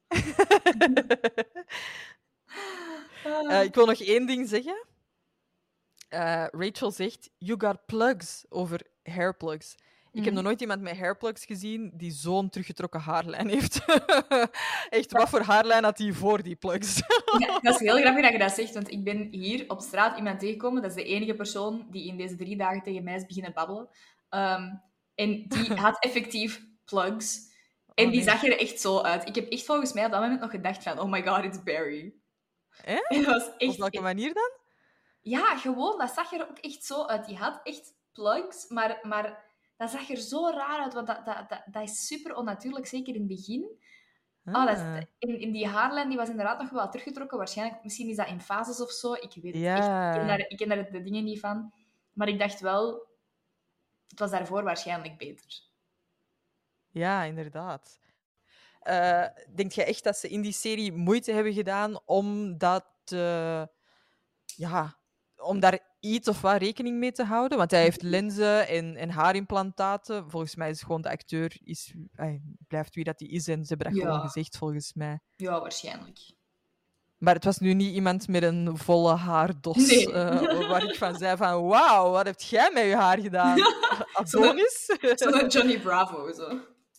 Eh, ik wil nog één ding zeggen. Eh, Rachel zegt, you got plugs over hairplugs. Ik heb Mhm. nog nooit iemand met hairplugs gezien die zo'n teruggetrokken haarlijn heeft. Echt, wat voor haarlijn had hij voor die plugs? Ja, dat is heel grappig dat je dat zegt, want ik ben hier op straat iemand tegengekomen. Dat is de enige persoon die in deze drie dagen tegen mij is beginnen babbelen. Ehm, en die had effectief plugs. En Oh, die nee. zag er echt zo uit. Ik heb echt volgens mij op dat moment nog gedacht van, oh my god, it's Barry. Eh? En dat was Op echt... welke manier dan? Ja, gewoon, dat zag er ook echt zo uit. Die had echt plugs, maar, maar dat zag er zo raar uit, want dat, dat, dat, dat is super onnatuurlijk, zeker in het begin. Ah, dat Ah. is, in, in die haarlijn die was inderdaad nog wel teruggetrokken. Waarschijnlijk, misschien is dat in fases of zo. Ik weet het Ja. echt. Ik ken, daar, ik ken daar de dingen niet van. Maar ik dacht wel, het was daarvoor waarschijnlijk beter. Ja, inderdaad. Eh denk jij echt dat ze in die serie moeite hebben gedaan om dat te- ja, om daar iets of wat rekening mee te houden? Want hij heeft lenzen en, en haarimplantaten. Volgens mij is gewoon de acteur is, hij blijft wie dat hij is en ze hebben dat Ja. gewoon gezegd, volgens mij. Ja, waarschijnlijk. Maar het was nu niet iemand met een volle haardos, Nee. eh, waar ik van zei van wauw, wat heb jij met je haar gedaan? Adonis? Zo'n Johnny Bravo, zo.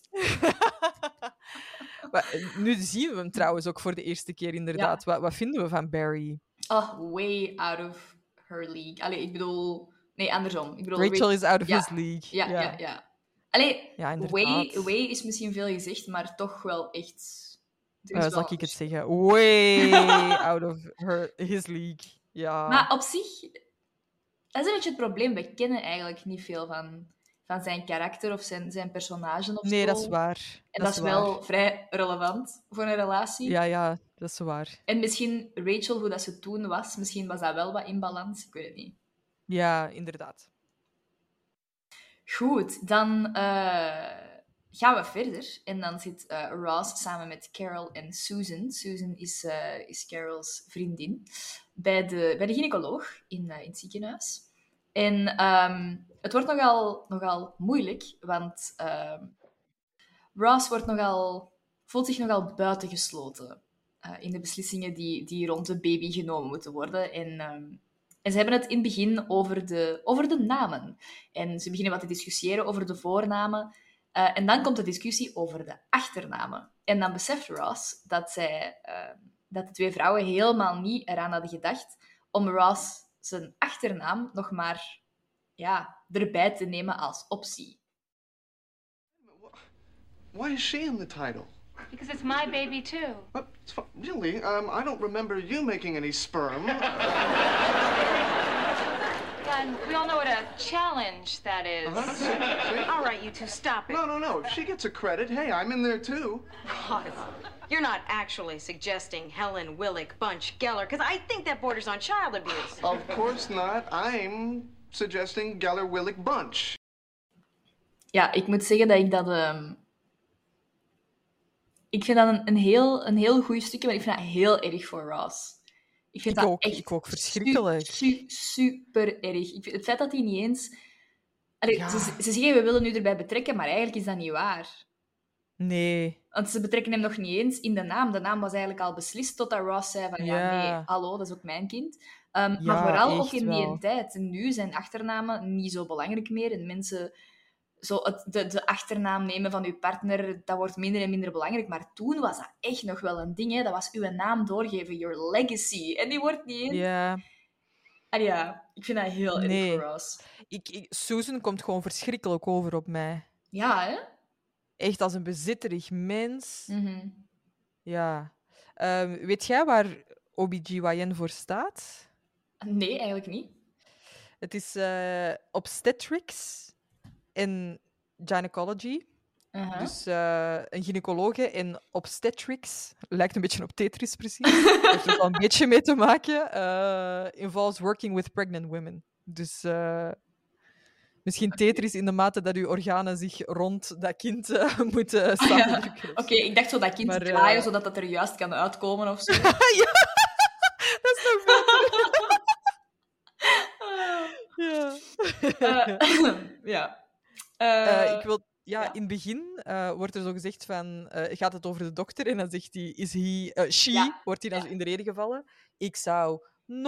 Maar, nu zien we hem trouwens ook voor de eerste keer, inderdaad. Wat, wat vinden we van Barry? Oh, way out of her league. Allee, ik bedoel... Nee, andersom. Ik bedoel, Rachel is out of ja. his league. Ja, ja, Ja. ja. Allee, Ja, inderdaad. way, way is misschien veel gezegd, maar toch wel echt... er is Uh, wel zal ik een het verschil. zeggen? Way out of her, his league. Ja. Maar op zich, dat is een beetje het probleem. We kennen eigenlijk niet veel van, van zijn karakter of zijn, zijn personage of nee, zo. dat is waar. En dat, is waar. wel vrij relevant voor een relatie. Ja, ja, dat is waar. En misschien Rachel, hoe dat ze toen was, misschien was dat wel wat in balans. Ik weet het niet. Ja, inderdaad. Goed, dan eh, gaan we verder. En dan zit eh, Ross samen met Carol en Susan. Susan is, eh, is Carol's vriendin. Bij de, bij de gynaecoloog in, eh, in het ziekenhuis. En ehm, het wordt nogal, nogal moeilijk, want ehm, Ross wordt nogal, voelt zich nogal buitengesloten eh, in de beslissingen die, die rond de baby genomen moeten worden. En, ehm, en ze hebben het in het begin over de, over de namen. En ze beginnen wat te discussiëren over de voornamen. Uh, en dan komt de discussie over de achternamen. En dan beseft Ross dat, zij, uh, dat de twee vrouwen helemaal niet eraan hadden gedacht om Ross zijn achternaam nog maar ja, erbij te nemen als optie. Why is she in the title? Because it's my baby, too. What? It's fu- Really? Um, I don't remember you making any sperm. And we all know what a challenge that is. Uh-huh. See? See? All right, you two, stop it. No, no, no. If she gets a credit, hey, I'm in there too. Ross, you're not actually suggesting Helen Willick Bunch Geller, because I think that borders on child abuse. Of course not. I'm suggesting Geller Willick Bunch. Ja, ik moet zeggen dat ik dat... Um... Ik vind dat een, een, heel, een heel goed stukje, maar ik vind dat heel erg voor Ross. Ik vind Ik dat ook, echt ik ook verschrikkelijk. Su- su- super erg. Ik vind, het feit dat hij niet eens... Allee, Ja. ze, ze zeggen, we willen u erbij betrekken, maar eigenlijk is dat niet waar. Nee. Want ze betrekken hem nog niet eens in de naam. De naam was eigenlijk al beslist, totdat Ross zei van, ja, Ja. nee, hallo, dat is ook mijn kind. Um, Ja, maar vooral ook echt in die wel. tijd. En nu zijn achternamen niet zo belangrijk meer. En mensen... Zo het, de, de achternaam nemen van uw partner, dat wordt minder en minder belangrijk. Maar toen was dat echt nog wel een ding. Hè? Dat was uw naam doorgeven, your legacy. En die wordt niet eens... Ja. En ja, ik vind dat heel erg Nee. voor Ross. Ik, ik, Susan komt gewoon verschrikkelijk over op mij. Ja, hè? Echt als een bezitterig mens. Mhm. Ja. Ehm, weet jij waar O B G Y N voor staat? Nee, eigenlijk niet. Het is eh, obstetrics en gynecology. Uh-huh. Dus eh, een gynaecologe in obstetrics. Lijkt een beetje op Tetris, precies. Heeft er wel een beetje mee te maken. eh, involves working with pregnant women. Dus eh, misschien Tetris in de mate dat uw organen zich rond dat kind eh, moeten Ah, ja. samendrukken. Oké, ik dacht zo dat kind Maar, te eh, draaien, zodat dat er juist kan uitkomen of zo. Ja, dat is nog beter. Ja. Eh, ja. Eh, Eh, ik wil, ja, ja. in het begin eh, wordt er zo gezegd van, eh, gaat het over de dokter? En dan zegt hij, is hij, eh, she, Ja. wordt hij dan Ja. zo in de reden gevallen. Ik zou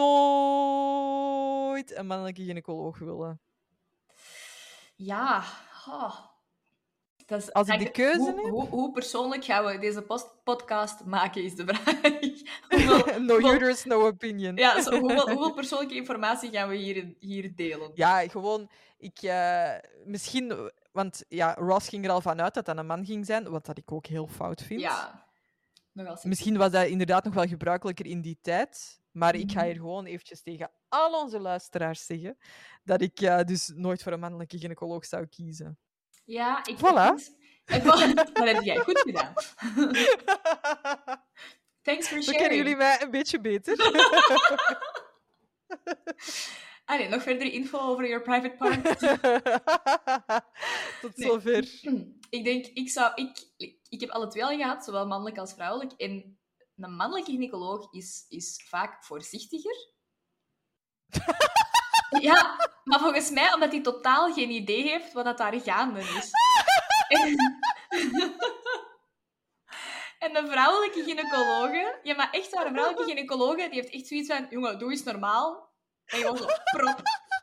nooit een mannelijke gynaecoloog willen. Ja. Oh. Dat is, Als ik de hangt- keuze hoe, heb- Hoe, hoe persoonlijk gaan we deze post- podcast maken, is de vraag. Hoeveel, No hoeveel- uterus, no opinion. ja, zo, hoeveel, hoeveel persoonlijke informatie gaan we hier, hier delen? Ja, gewoon, ik, eh, misschien, want ja, Ross ging er al vanuit dat dat een man ging zijn, wat dat ik ook heel fout vind. Ja. Nogal sexy. Misschien was dat inderdaad nog wel gebruikelijker in die tijd. Maar ik ga Mhm. hier gewoon eventjes tegen al onze luisteraars zeggen dat ik eh, dus nooit voor een mannelijke gynaecoloog zou kiezen. Ja, ik Voilà. vind... Ik wou- Dat heb jij goed gedaan. Thanks for Zo sharing. kennen jullie mij een beetje beter. Allee, nog verdere info over your private part? Tot Nee. zover. Ik denk, ik zou... Ik, ik heb alle twee al gehad, zowel mannelijk als vrouwelijk. En een mannelijke gynaecoloog is, is vaak voorzichtiger. Ja, maar volgens mij omdat hij totaal geen idee heeft wat dat daar gaande is. En, en de vrouwelijke gynaecologe... Ja, maar echt waar, een vrouwelijke gynaecologe, die heeft echt zoiets van... Jongen, doe eens normaal. En gewoon zo, prop.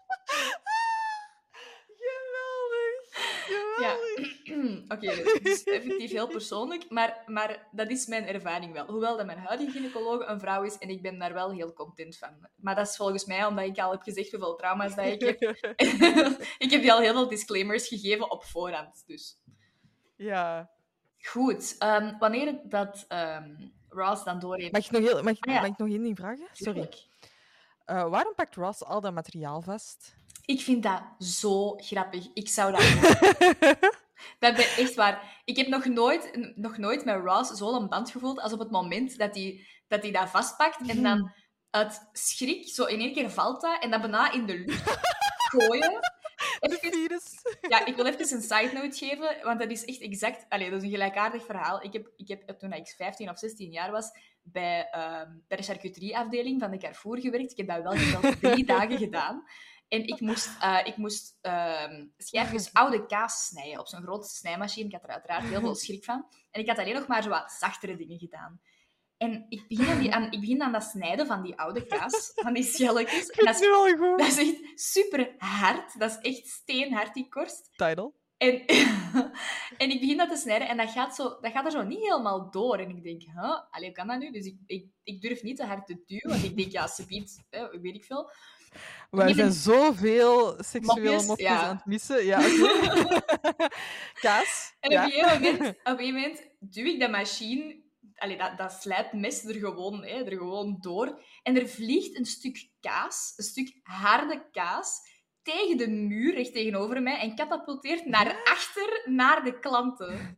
Geweldig. Ja. Geweldig. Oké, dus effectief heel persoonlijk, maar, maar dat is mijn ervaring wel. Hoewel dat mijn huidige gynaecoloog een vrouw is en ik ben daar wel heel content van. Maar dat is volgens mij omdat ik al heb gezegd hoeveel trauma's dat ik heb. Ik heb die al heel veel disclaimers gegeven op voorhand, dus... Ja. Goed, ehm, wanneer dat ehm, Ross dan door heeft... Mag ik nog, heel, mag, Ah, ja. mag ik nog één ding vragen? Sorry. Tuurlijk. Eh, waarom pakt Ross al dat materiaal vast? Ik vind dat zo grappig. Ik zou dat... Dat ben echt waar. Ik heb nog nooit, nog nooit met Ross zo'n band gevoeld als op het moment dat hij dat, hij dat vastpakt en dan uit schrik, zo in één keer valt dat en dat bijna in de lucht gooien. De Even- virus. Ja, ik wil even een side note geven, want dat is echt exact... Allee, dat is een gelijkaardig verhaal. Ik heb, ik heb toen ik vijftien of zestien jaar was, bij, ehm, bij de charcuterieafdeling van de Carrefour gewerkt. Ik heb dat wel geteld drie dagen gedaan. En ik moest, eh, ik moest ehm, schijfjes oude kaas snijden op zo'n grote snijmachine. Ik had er uiteraard heel veel schrik van. En ik had alleen nog maar zo wat zachtere dingen gedaan. En ik begin aan, die, aan, ik begin aan dat snijden van die oude kaas, van die schelletjes. En dat Dat is is, nu al goed. dat is echt super hard. Dat is echt steenhard, die korst. Title. En, en ik begin dat te snijden en dat gaat, zo, dat gaat er zo niet helemaal door. En ik denk, huh? Allee, hoe kan dat nu? Dus ik, ik, ik durf niet te hard te duwen, want ik denk, ja, ze biedt, weet ik veel. Wij Niet zijn een- zoveel seksuele Mopjes, mopjes ja. aan het missen. Ja, oké. Kaas. En ja. op, een gegeven moment, op een gegeven moment duw ik dat machine, allee, dat, dat slijpmes er gewoon, hè, er gewoon door. En er vliegt een stuk kaas, een stuk harde kaas, tegen de muur, recht tegenover mij, en katapulteert naar achter, naar de klanten.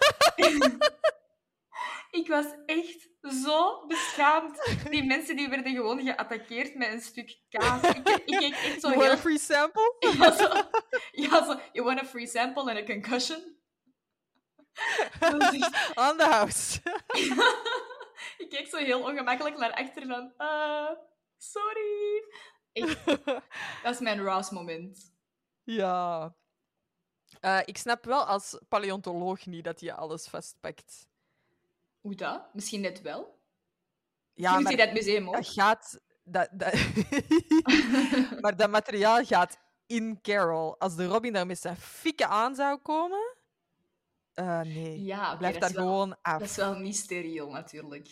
Ik was echt zo beschaamd. Die mensen die werden gewoon geattaqueerd met een stuk kaas. Ik, ik keek echt zo You want heel... a free sample? Ja, zo, ja, zo, you want a free sample and a concussion? Dat was echt- On the house. Ik keek zo heel ongemakkelijk naar achter van... Uh, sorry. Echt, dat is mijn Ross-moment. Ja. Uh, ik snap wel als paleontoloog niet dat je alles vastpakt. Hoe dat? Misschien net wel. Ja, Doet maar hij dat museum ook? dat gaat... Dat, dat... maar dat materiaal gaat in Carol. Als de Robin daar met zijn fikken aan zou komen... Uh, nee, Ja, oké, blijf dat daar is wel- gewoon af. Dat is wel niet steriel, natuurlijk.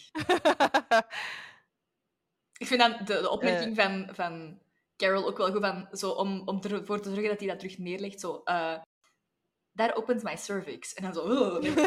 Ik vind dan de, de opmerking Eh. van, van Carol ook wel goed, van, zo, om, om ervoor te zorgen dat hij dat terug neerlegt. Zo, uh, that opens my cervix. En dan zo... "Oh, nee."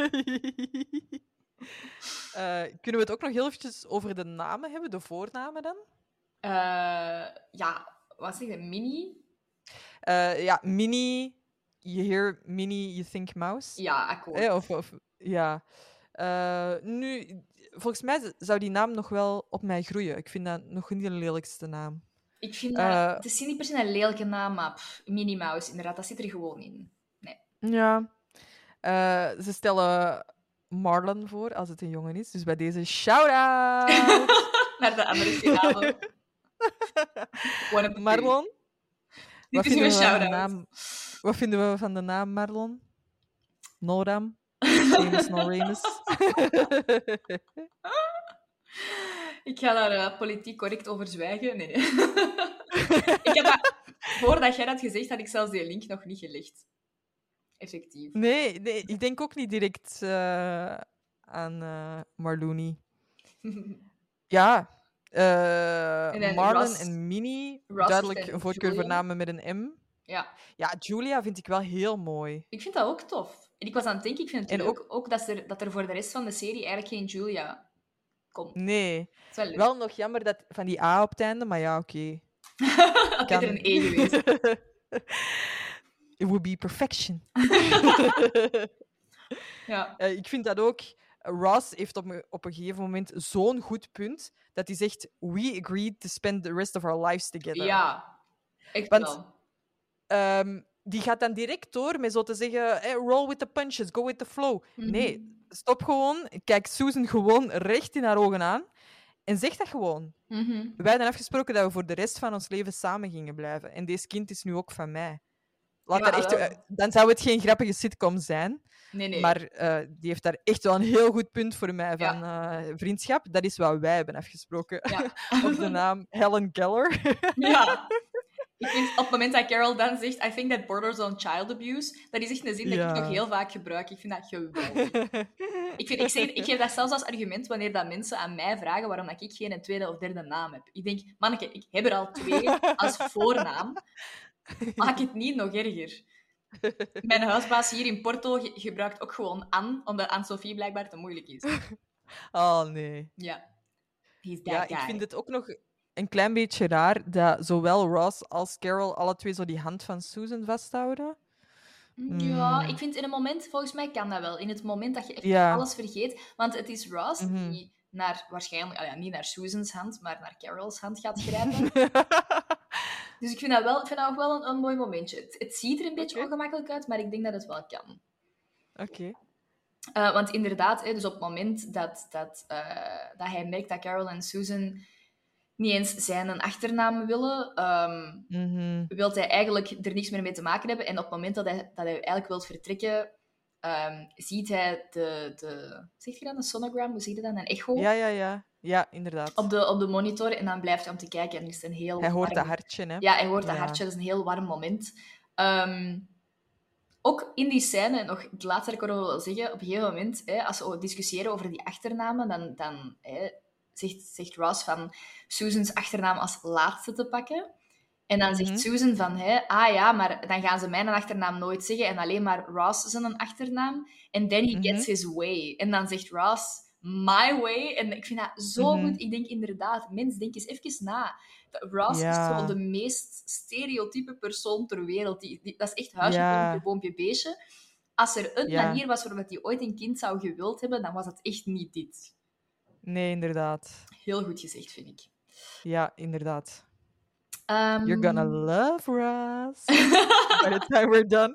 Uh, kunnen we het ook nog heel eventjes over de namen hebben, de voornamen dan? Uh, ja, wat zeg je? Mini? Uh, ja, Minnie, you hear Minnie, you think mouse. Ja, akkoord. Eh, of, of, ja. Uh, nu, volgens mij zou die naam nog wel op mij groeien. Ik vind dat nog niet de lelijkste naam. Ik vind dat... Uh, het is niet per se een lelijke naam, maar pff, Minnie Mouse, inderdaad, dat zit er gewoon in. Nee. Ja. Uh, ze stellen Marlon voor als het een jongen is. Dus bij deze shout-out! Naar de Amerikanen. Marlon. Dit is uw shout-out. Wat vinden we van de naam Marlon? Noram? Seamus Noramus? Ik ga daar uh, politiek correct over zwijgen. Nee. ik heb dat, voordat jij dat gezegd had, ik zelfs die link nog niet gelegd. Effectief. Nee, nee ik denk ook niet direct uh, aan uh, Marlooney. Ja, uh, Marlon Ross, en Minnie, Ross duidelijk een voorkeur voor namen met een M. Ja. Ja, Julia vind ik wel heel mooi. Ik vind dat ook tof. En ik was aan het denken, ik vind het en leuk ook, ook dat, er, dat er voor de rest van de serie eigenlijk geen Julia komt. Nee. Wel, wel nog jammer dat van die A op het einde, maar ja, oké. Okay. Had kan... er een E geweest. It would be perfection. ja. Uh, ik vind dat ook... Ross heeft op een, op een gegeven moment zo'n goed punt dat hij zegt: we agreed to spend the rest of our lives together. Ja, echt Want, wel. Um, die gaat dan direct door met zo te zeggen: hey, roll with the punches, go with the flow. Mm-hmm. Nee, stop gewoon. Kijk Susan gewoon recht in haar ogen aan en zeg dat gewoon. Mm-hmm. Wij hadden afgesproken dat we voor de rest van ons leven samen gingen blijven. En deze kind is nu ook van mij. Laat ja, echt, uh, dan zou het geen grappige sitcom zijn. Nee, nee. Maar uh, die heeft daar echt wel een heel goed punt voor mij van ja. uh, vriendschap. Dat is wat wij hebben afgesproken. Ja. Op de naam Helen Keller. Ja. Ik vind op het moment dat Carol dan zegt I think that borders on child abuse, dat is echt een zin ja. dat ik nog heel vaak gebruik. Ik vind dat geweldig. ik, vind, ik, zeg, ik geef dat zelfs als argument wanneer dat mensen aan mij vragen waarom dat ik geen tweede of derde naam heb. Ik denk, manneke, ik heb er al twee als voornaam. Maak het niet nog erger. Mijn huisbaas hier in Porto ge- gebruikt ook gewoon Anne, omdat Anne-Sophie blijkbaar te moeilijk is. Oh, nee. Ja. He's that ja, guy. Ik vind het ook nog een klein beetje raar dat zowel Ross als Carol alle twee zo die hand van Susan vasthouden. Ja, mm. ik vind in een moment, volgens mij kan dat wel. In het moment dat je echt ja. alles vergeet. Want het is Ross mm-hmm. die naar, waarschijnlijk, oh ja, niet naar Susan's hand, maar naar Carol's hand gaat grijpen. Dus ik vind dat, wel, ik vind dat ook wel een, een mooi momentje. Het, het ziet er een beetje okay. ongemakkelijk uit, maar ik denk dat het wel kan. Oké. Okay. Uh, want inderdaad, hè, dus op het moment dat, dat, uh, dat hij merkt dat Carol en Susan niet eens zijn een achternaam willen, um, mm-hmm. wil hij eigenlijk er niks meer mee te maken hebben. En op het moment dat hij, dat hij eigenlijk wil vertrekken, um, ziet hij de, de... Zeg je dan een sonogram? Hoe zie je dat? Een echo? Ja, ja, ja. Ja, inderdaad. Op de, op de monitor. En dan blijft hij om te kijken. En is het een heel hij hoort warm... dat hartje, hè? Ja, hij hoort dat ja. hartje. Dat is een heel warm moment. Um, ook in die scène, nog het laatste dat ik erover wil zeggen, op een gegeven moment, hè, als we discussiëren over die achternamen, dan, dan hè, zegt, zegt Ross van Susan's achternaam als laatste te pakken. En dan Mhm. zegt Susan van, hè, ah ja, maar dan gaan ze mijn achternaam nooit zeggen en alleen maar Ross zijn achternaam. En then he Mhm. gets his way. En dan zegt Ross, my way. En ik vind dat zo Mhm. goed. Ik denk inderdaad, mens, denk eens even na. Ross Ja. is zo de meest stereotype persoon ter wereld. Die, die, dat is echt huisje, Ja. boompje, boompje, beestje. Als er een Ja. manier was waarop hij ooit een kind zou gewild hebben, dan was het echt niet dit. Nee, inderdaad. Heel goed gezegd, vind ik. Ja, inderdaad. Ehm, You're gonna love Ross by the time we're done.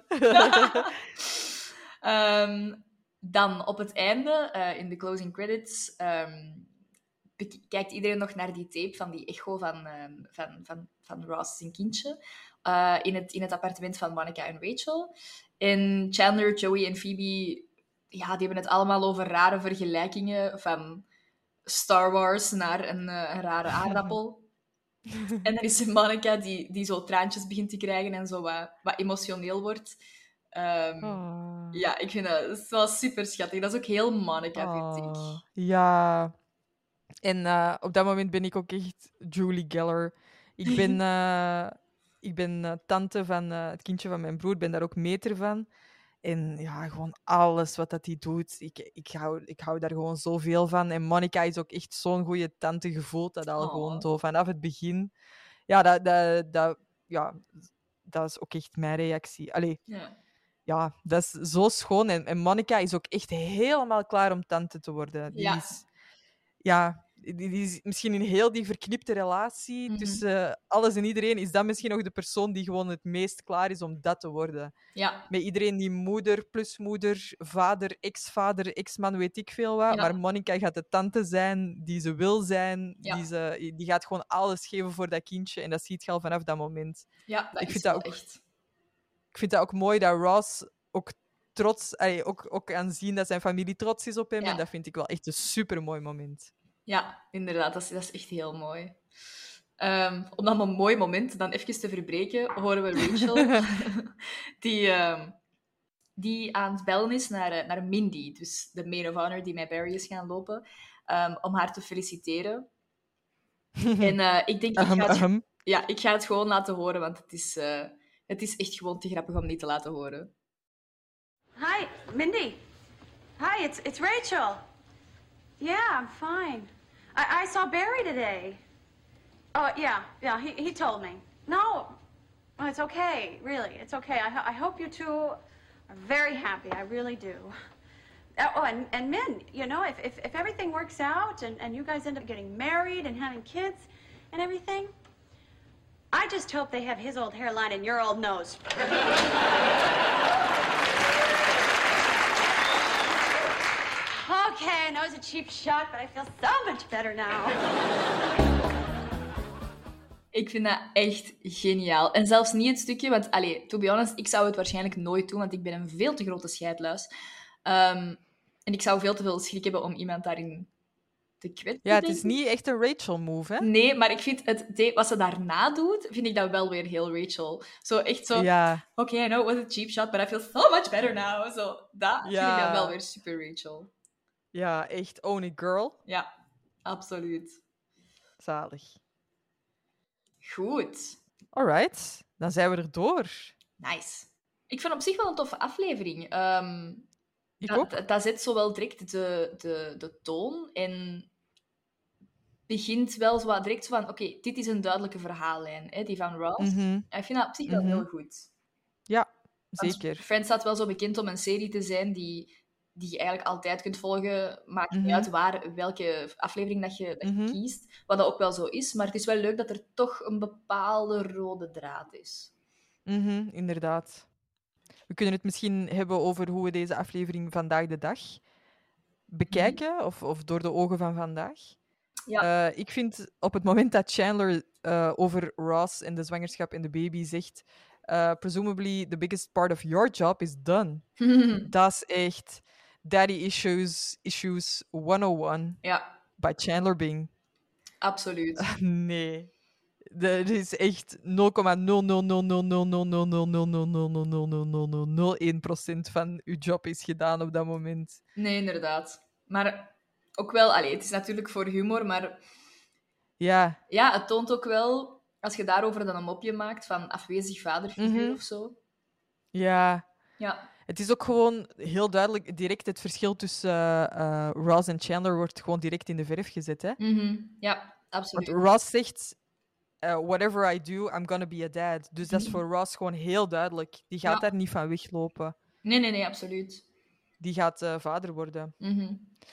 Ehm, dan op het einde, eh, in de closing credits, ehm, bek- kijkt iedereen nog naar die tape van die echo van, ehm, van, van, van Ross zijn kindje eh, in, het, in het appartement van Monica en Rachel. En Chandler, Joey en Phoebe, ja, die hebben het allemaal over rare vergelijkingen van Star Wars naar een, eh, een rare aardappel. En dan is er Monica die, die zo traantjes begint te krijgen en zo wat, wat emotioneel wordt. Ehm, Oh. Ja, ik vind dat, dat is wel super schattig. Dat is ook heel Monica, vind ik. Oh, ja. En eh, op dat moment ben ik ook echt Julie Geller. Ik ben, eh, ik ben eh, tante van eh, het kindje van mijn broer. Ik ben daar ook meter van. En ja, gewoon alles wat dat hij doet. Ik, ik, hou, ik hou daar gewoon zoveel van. En Monica is ook echt zo'n goede tante. Je voelt dat al Oh. gewoon zo vanaf het begin. Ja, dat, dat, dat, ja, dat is ook echt mijn reactie. Allee, Ja. ja, dat is zo schoon. En, en Monica is ook echt helemaal klaar om tante te worden. Die Ja. is, ja, die, die is misschien in heel die verknipte relatie Mhm. tussen alles en iedereen, is dat misschien nog de persoon die gewoon het meest klaar is om dat te worden. Ja. Met iedereen die moeder, plus moeder, vader, ex-vader, ex-man, weet ik veel wat. Ja. Maar Monica gaat de tante zijn die ze wil zijn. Ja. Die, ze, die gaat gewoon alles geven voor dat kindje. En dat ziet je al vanaf dat moment. Ja, dat Ik is vind wel dat ook- echt. Ik vind dat ook mooi dat Ross ook trots, allee, ook, ook aan zien dat zijn familie trots is op hem. Ja. En dat vind ik wel echt een supermooi moment. Ja, inderdaad. Dat is, dat is echt heel mooi. Ehm, om dan een mooi moment dan even te verbreken, horen we Rachel, die, ehm, die aan het bellen is naar, eh, naar Mindy, dus de maid of honor die met Barry is gaan lopen, ehm, om haar te feliciteren. En eh, ik denk, ik Ahem, ga, het, ahem. ja, ik ga het gewoon laten horen, want het is, eh, het is echt gewoon te grappig om niet te laten horen. Hi, Mindy. Hi, it's it's Rachel. Yeah, I'm fine. I, I saw Barry today. Oh, yeah, yeah, he, he told me. No, well, it's okay, really. It's okay. I, ho- I hope you two are very happy. I really do. Uh, oh, and, and Min, you know, if, if, if everything works out and, and you guys end up getting married and having kids and everything, I just hope they have his old hairline and your old nose. Okay, I know it's a cheap shot, but I feel so much better now. Ik vind dat echt geniaal. En zelfs niet het stukje, want, allee, to be honest, ik zou het waarschijnlijk nooit doen, want ik ben een veel te grote scheidluis. Ehm, en ik zou veel te veel schrik hebben om iemand daarin te kwetsen. Ja, het denk is ik. niet echt een Rachel-move, hè? Nee, maar ik vind het, de- wat ze daarna doet, vind ik dat wel weer heel Rachel. Zo echt zo, Ja, oké, I know it was a cheap shot, but I feel so much better now. Zo, dat vind ik Ja. dan wel weer super Rachel. ja, echt own it, girl. Ja, absoluut. Zalig. Goed. Alright, dan zijn we er door. Nice. Ik vond op zich wel een toffe aflevering. Ehm, Ik dat, ook. dat, dat zet zo wel direct de, de, de toon en begint wel zo wat direct zo van, oké, dit is een duidelijke verhaallijn, hè, die van Ross. Mhm. En ik vind dat op zich wel Mhm. heel goed. Ja, Want zeker. Friends staat wel zo bekend om een serie te zijn die, die je eigenlijk altijd kunt volgen. Maakt niet Mhm. uit waar, welke aflevering dat je, dat je Mhm. kiest. Wat dat ook wel zo is. Maar het is wel leuk dat er toch een bepaalde rode draad is. Mhm, inderdaad. We kunnen het misschien hebben over hoe we deze aflevering vandaag de dag bekijken, of, of door de ogen van vandaag. Ja. Eh, ik vind op het moment dat Chandler eh, over Ross en de zwangerschap en de baby zegt, eh, presumably the biggest part of your job is done. Dat is echt daddy issues, issues honderdéén Ja, bij Chandler Bing. absoluut. Nee. Er is echt nul komma nul nul nul nul nul nul nul nul nul nul nul nul nul nul nul nul nul één procent van uw job is gedaan op dat moment. Nee, inderdaad. Maar ook wel... Allee, het is natuurlijk voor humor, maar Ja. ja, het toont ook wel... Als je daarover dan een mopje maakt van afwezig vaderfiguur Mhm. of zo. Ja. Ja. Het is ook gewoon heel duidelijk, direct het verschil tussen eh, eh, Ross en Chandler wordt gewoon direct in de verf gezet. Hè? Mhm. Ja, Want absoluut. Ross zegt, eh, whatever I do, I'm gonna be a dad. Dus dat is Mhm. voor Ross gewoon heel duidelijk. Die gaat Ja. daar niet van weglopen. Nee, nee, nee, absoluut. Die gaat eh, vader worden. Mhm.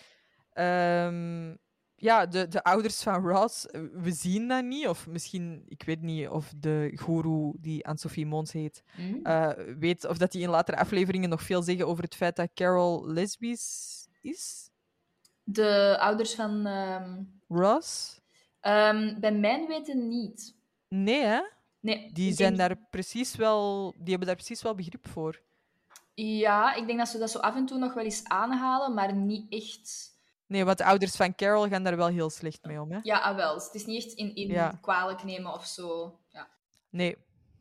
Ehm, ja, de, de ouders van Ross, eh, we zien dat niet. Of misschien, ik weet niet of de goeroe die Anne-Sophie Mons heet, Mhm. eh, weet of dat die in latere afleveringen nog veel zeggen over het feit dat Carol lesbisch is. De ouders van... ehm, Ross? ehm, bij mijn weten niet. Nee, hè? Nee. Die, ik zijn denk- daar precies wel, die hebben daar precies wel begrip voor. Ja, ik denk dat ze dat zo af en toe nog wel eens aanhalen, maar niet echt... Nee, want de ouders van Carol gaan daar wel heel slecht mee om. Hè? Ja, ah, wel. Het is niet echt in, in Ja. kwalijk nemen of zo. Ja. Nee.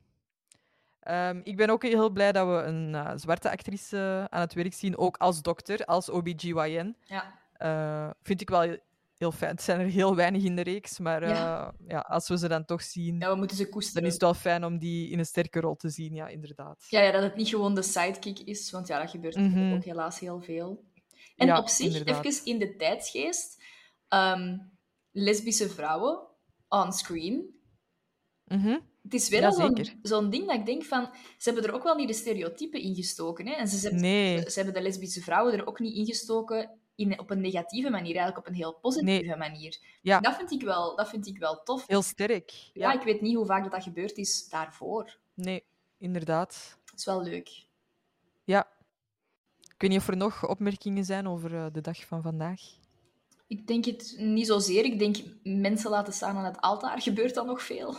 Ehm, ik ben ook heel blij dat we een eh, zwarte actrice aan het werk zien, ook als dokter, als O B G Y N. Ja. Eh, vind ik wel heel, heel fijn. Het zijn er heel weinig in de reeks, maar eh, Ja. ja, als we ze dan toch zien, ja, we moeten ze koesteren. dan is het wel fijn om die in een sterke rol te zien. Ja, inderdaad. Ja, ja, dat het niet gewoon de sidekick is, want ja, dat gebeurt Mhm. ook helaas heel veel. En Ja, op zich, inderdaad. even in de tijdsgeest, ehm, lesbische vrouwen on-screen. Mhm. Het is weer Ja, al zo'n, zeker. zo'n ding dat ik denk van... Ze hebben er ook wel niet de stereotypen ingestoken. Hè? En ze, ze, Nee. ze hebben de lesbische vrouwen er ook niet ingestoken in, op een negatieve manier, eigenlijk op een heel positieve manier. Ja. Dat, vind ik wel, dat vind ik wel tof. Heel sterk. Ja, Ja. ik weet niet hoe vaak dat, dat gebeurd is daarvoor. Nee, inderdaad. Dat is wel leuk. Ja. Ik weet niet of er nog opmerkingen zijn over eh, de dag van vandaag. Ik denk het niet zozeer. Ik denk mensen laten staan aan het altaar. Gebeurt dat nog veel?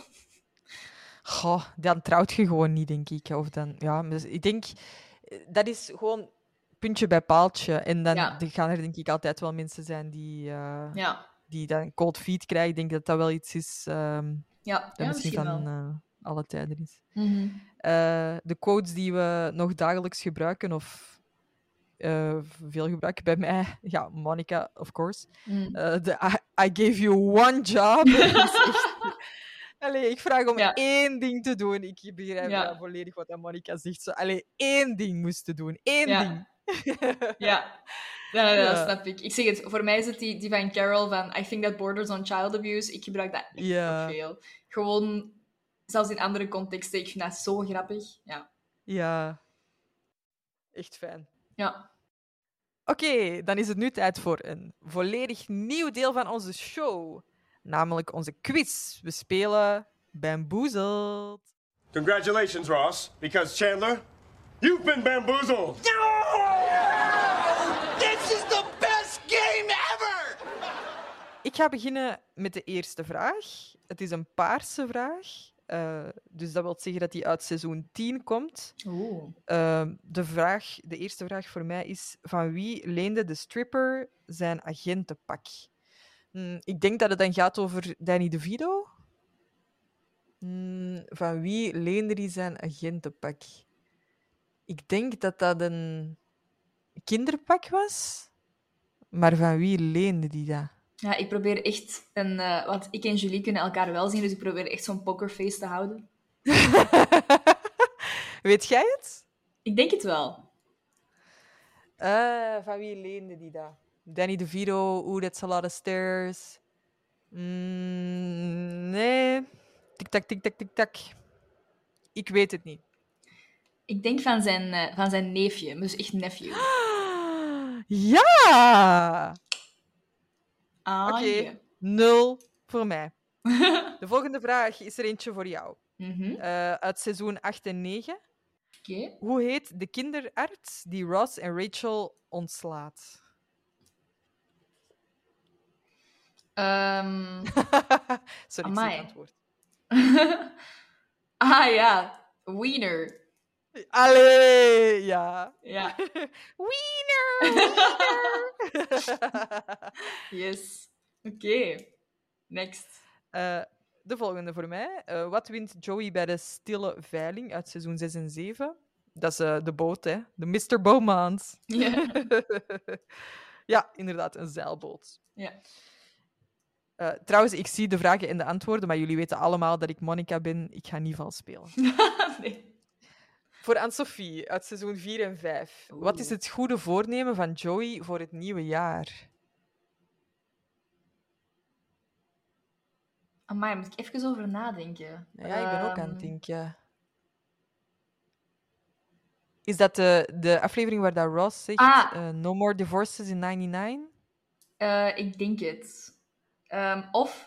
Goh, dan trouwt je gewoon niet, denk ik. Of dan, ja, dus ik denk, eh, dat is gewoon puntje bij paaltje. En dan Ja. er gaan er denk ik altijd wel mensen zijn die, eh, Ja. die dan cold feet krijgen. Ik denk dat dat wel iets is Ja, ehm, dat ja misschien misschien van wel. eh, alle tijden is. Mhm. Eh, de quotes die we nog dagelijks gebruiken, of eh, veel gebruiken bij mij, ja, Monica, of course. Mm. Eh, de I, I gave you one job. Dat is echt... Allee, ik vraag om Ja. één ding te doen. Ik begrijp Ja. ja, volledig wat dat Monica zegt. Zo, allee, één ding moesten doen. Eén Ja. ding. Ja. Ja, ja, dat Ja. snap ik. Ik zeg het, voor mij is het die, die van Carol van I think that borders on child abuse. Ik gebruik dat echt Ja. nog veel. Gewoon, zelfs in andere contexten. Ik vind dat zo grappig. Ja. Ja. Echt fijn. Ja. Oké, dan is het nu tijd voor een volledig nieuw deel van onze show. Namelijk onze quiz. We spelen Bamboozled. Congratulations, Ross, because Chandler, you've been bamboozled. This is the best game ever! Ik ga beginnen met de eerste vraag. Het is een paarse vraag. Uh, dus dat wil zeggen dat die uit seizoen tien komt. Oeh. Uh, de, vraag, de eerste vraag voor mij is: van wie leende de stripper zijn agentenpak? Hmm, ik denk dat het dan gaat over Danny DeVito. Hmm, van wie leende hij zijn agentenpak? Ik denk dat dat een kinderpak was. Maar van wie leende die dat? Ja, ik probeer echt een... Uh, want ik en Julie kunnen elkaar wel zien, dus ik probeer echt zo'n pokerface te houden. Weet jij het? Ik denk het wel. Uh, van wie leende die dat? Danny DeVito, Ooh, That's a Lot of Stairs. Mm, nee. Tik-tak, tik-tak, tik-tak. Ik weet het niet. Ik denk van zijn, uh, van zijn neefje, dus echt nephew. Ja! Ah, Oké, okay. yeah. Nul voor mij. De volgende vraag is er eentje voor jou. Mm-hmm. Uh, uit seizoen acht en negen. Okay. Hoe heet de kinderarts die Ross en Rachel ontslaat? Um... Sorry, ik zie het antwoord. Ah ja, Wiener. Allee, ja. Ja. Wiener! Wiener! Yes. Oké. Okay. Next. Uh, de volgende voor mij. Uh, wat wint Joey bij de stille veiling uit seizoen zes en zeven? Dat is uh, de boot, hè. De mister Beaumont. Ja. Ja, inderdaad, een zeilboot. Ja. Uh, trouwens, ik zie de vragen en de antwoorden, maar jullie weten allemaal dat ik Monica ben. Ik ga niet vals spelen. Nee. Voor Anne-Sophie uit seizoen vier en vijf. Oeh. Wat is het goede voornemen van Joey voor het nieuwe jaar? Amai, moet ik even over nadenken. Ja, ik ben ook aan Ehm, het denken. Is dat de, de aflevering waar dat Ross zegt... Ah. uh, no more divorces in negenennegentig? Uh, ik denk het. Um, of,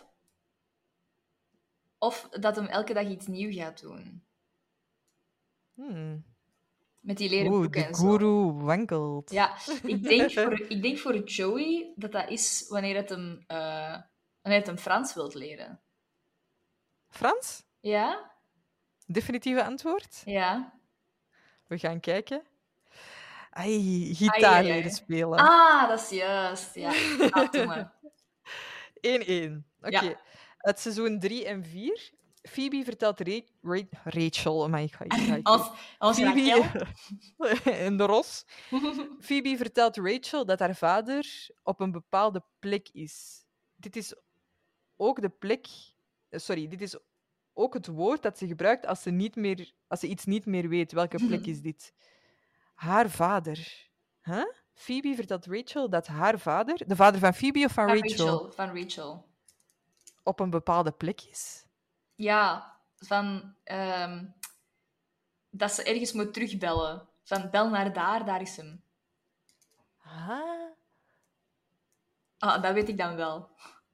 of dat hem elke dag iets nieuws gaat doen. Hmm. Met die leren Oeh, boeken de en zo. guru wankelt. Ja, ik denk, voor, ik denk voor Joey dat dat is wanneer het hem, uh, wanneer het hem Frans wilt leren. Frans? Ja? Definitieve antwoord? Ja. We gaan kijken. Ai, gitaar Ai, ai, ai. leren spelen. Ah, dat is juist. Ja, ah, doe maar. één-één. Oké. Ja. Uit seizoen drie en vier. Phoebe vertelt Ra- Ra- Rachel... Oh my god. Als, als je Phoebe en de Ros. Phoebe vertelt Rachel dat haar vader op een bepaalde plek is. Dit is ook de plek... Sorry, dit is ook het woord dat ze gebruikt als ze, niet meer, als ze iets niet meer weet. Welke plek is dit? Haar vader. Huh? Phoebe vertelt Rachel dat haar vader... De vader van Phoebe of van, Van Rachel? Rachel. Van Rachel. Op een bepaalde plek is. Ja, van... Um, dat ze ergens moet terugbellen. Van, bel naar daar, daar is hem. Ah. Ah, dat weet ik dan wel.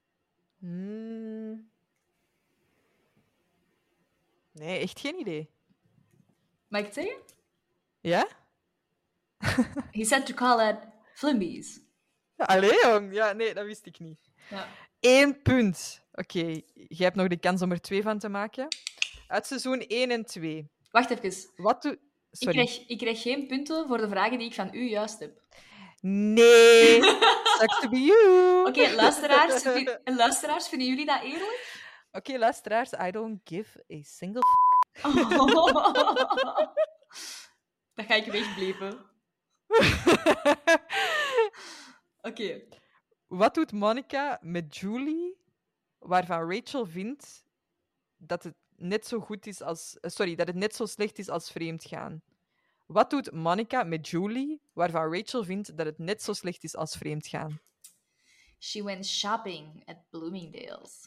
Hmm. Nee, echt geen idee. Mag ik het zeggen? Ja? He said to call it Flimbies. Allee, jong. Ja, nee, dat wist ik niet. Ja. Eén punt. Oké, okay. Jij hebt nog de kans om er twee van te maken. Uit seizoen één en twee. Wacht even. Wat doe... Ik Sorry. krijg, ik krijg geen punten voor de vragen die ik van u juist heb. Nee. Sucks to be you. Oké, okay, luisteraars, vind- luisteraars, vinden jullie dat eerlijk? Oké, okay, luisteraars. I don't give a single f***. Oh. Dat ga ik wegbleven. Oké. Okay. Wat doet Monica met Julie, waarvan Rachel vindt dat het net zo goed is als... Sorry, dat het net zo slecht is als vreemdgaan? Wat doet Monica met Julie, waarvan Rachel vindt dat het net zo slecht is als vreemdgaan? She went shopping at Bloomingdale's.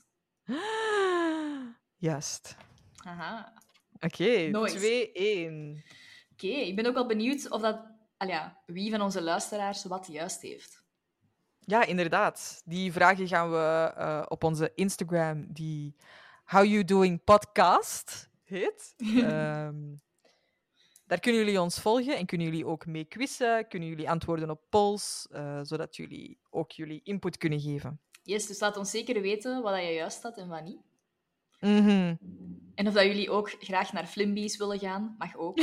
Juist. Aha. Oké, okay, Nice. twee-één. Oké, okay, ik ben ook wel benieuwd of dat... Al ja, wie van onze luisteraars wat juist heeft. Ja, inderdaad. Die vragen gaan we uh, op onze Instagram, die How You Doing Podcast heet. um, daar kunnen jullie ons volgen en kunnen jullie ook mee quizzen, kunnen jullie antwoorden op polls, uh, zodat jullie ook jullie input kunnen geven. Yes, dus laat ons zeker weten wat je juist had en wat niet. Mm-hmm. En of dat jullie ook graag naar Flimbies willen gaan, mag ook.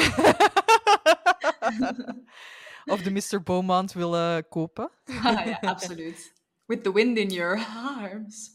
Of de mister Beaumont willen kopen. Ah, ja, absoluut. With the wind in your arms.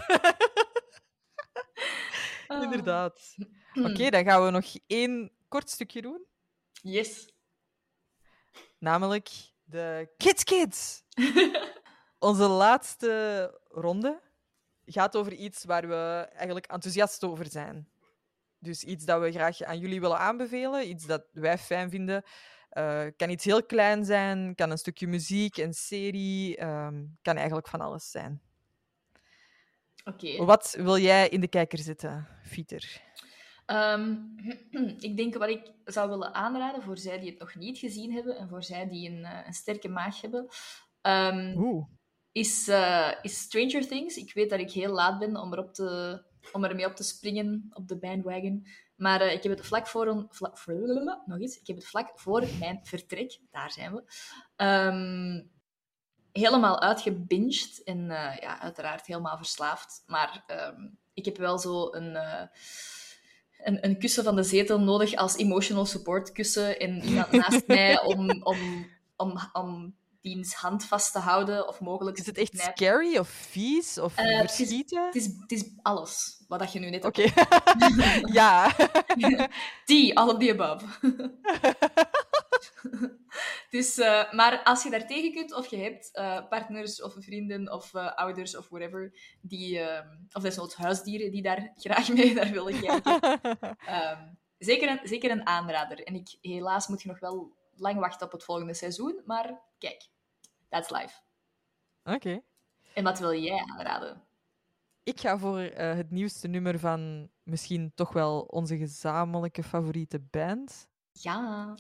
Oh. Inderdaad. Oké, okay, dan gaan we nog één kort stukje doen. Yes. Namelijk de Kids Kids. Onze laatste ronde gaat over iets waar we eigenlijk enthousiast over zijn. Dus iets dat we graag aan jullie willen aanbevelen, iets dat wij fijn vinden. Uh, kan iets heel klein zijn, kan een stukje muziek, een serie, um, kan eigenlijk van alles zijn. Oké. Okay. Wat wil jij in de kijker zetten, Fieter? Um, ik denk wat ik zou willen aanraden voor zij die het nog niet gezien hebben en voor zij die een, uh, een sterke maag hebben, um, is, uh, is Stranger Things. Ik weet dat ik heel laat ben om, erop te, om ermee op te springen op de bandwagon. Maar uh, ik heb het vlak voor, een, vlak, voor... Nog eens. Ik heb het vlak voor mijn vertrek, daar zijn we, um, helemaal uitgebinged. En uh, ja, uiteraard helemaal verslaafd. Maar um, ik heb wel zo een, uh, een, een kussen van de zetel nodig als emotional support kussen. En iemand naast mij om, om, om, om diens hand vast te houden. Of mogelijk... Is het echt scary of vies of uh, verschieten? Het is, het, is, het is alles wat dat je nu net hebt. Oké. Okay. Ja. Die, all of the above. Dus, uh, maar als je daar tegen kunt, of je hebt uh, partners of vrienden of uh, ouders of whatever, die, uh, of desnoods huisdieren die daar graag mee naar willen kijken, um, zeker, een, zeker een aanrader. En ik, helaas moet je nog wel lang wachten op het volgende seizoen, maar kijk, that's life. Oké. Okay. En wat wil jij aanraden? Ik ga voor uh, het nieuwste nummer van misschien toch wel onze gezamenlijke favoriete band. Ja.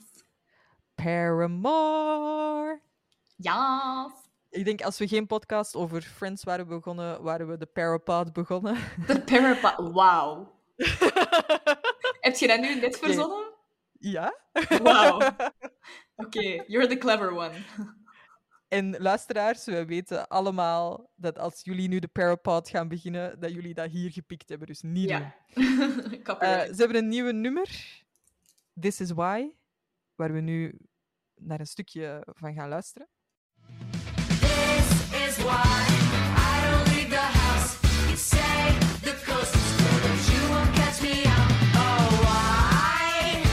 Paramore. Ja. Ik denk, als we geen podcast over Friends waren begonnen, waren we de Parapod begonnen. De Parapod, wauw. Heb je dat nu net verzonnen? Okay. Ja. Wauw. Oké, okay, you're the clever one. En luisteraars, we weten allemaal dat als jullie nu de Parapod gaan beginnen, dat jullie dat hier gepikt hebben. Dus niet ja. doen. uh, ze hebben een nieuwe nummer. This is Why. Waar we nu naar een stukje van gaan luisteren. This is why I don't leave the house. You say the coast is clear, but you won't catch me out. Oh, why?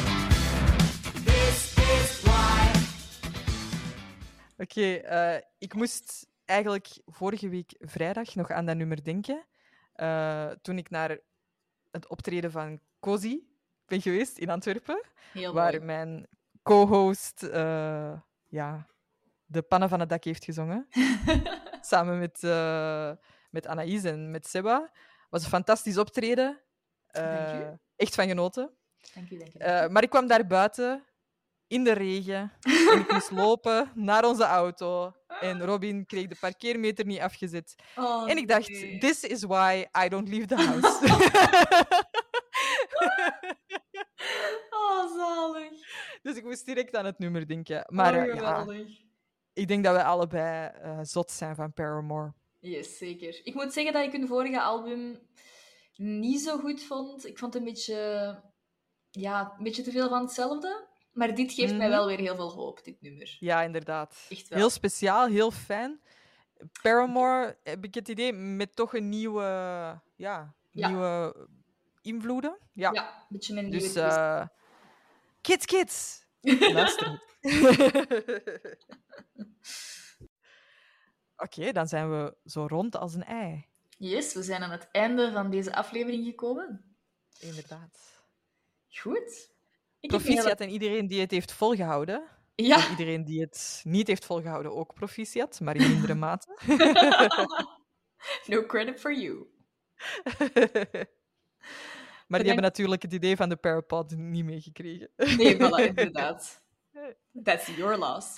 This is why. Oké, okay, uh, ik moest eigenlijk vorige week vrijdag nog aan dat nummer denken. Uh, toen ik naar het optreden van Cozy ben geweest in Antwerpen. Heel waar mooi. Mijn co-host uh, ja, de pannen van het dak heeft gezongen. Samen met, uh, met Anaïs en met Seba. Het was een fantastisch optreden. Uh, dank u. Echt van genoten. Dank u, dank u. Uh, maar ik kwam daar buiten, in de regen. En ik moest lopen naar onze auto. En Robin kreeg de parkeermeter niet afgezet. Oh, en ik dacht, nee. This is why I don't leave the house. Oh, zalig. Dus ik moest direct aan het nummer denken. Maar oh, uh, ja, ik denk dat we allebei uh, zot zijn van Paramore. Yes, zeker. Ik moet zeggen dat ik hun vorige album niet zo goed vond. Ik vond het een beetje, ja, een beetje te veel van hetzelfde. Maar dit geeft mm-hmm. mij wel weer heel veel hoop, dit nummer. Ja, inderdaad. Echt wel. Heel speciaal, heel fijn. Paramore, heb ik het idee, met toch een nieuwe, ja, ja. nieuwe invloeden. Ja, ja een beetje een nieuwe dus, uh, kids, kids! Luister. Oké, okay, dan zijn we zo rond als een ei. Yes, we zijn aan het einde van deze aflevering gekomen. Inderdaad. Goed. Ik proficiat aan iedereen die het heeft volgehouden. Ja. En iedereen die het niet heeft volgehouden ook proficiat, maar in mindere mate. No credit for you. Maar die hebben natuurlijk het idee van de Parapod niet meegekregen. Nee, voilà, inderdaad. That's your loss.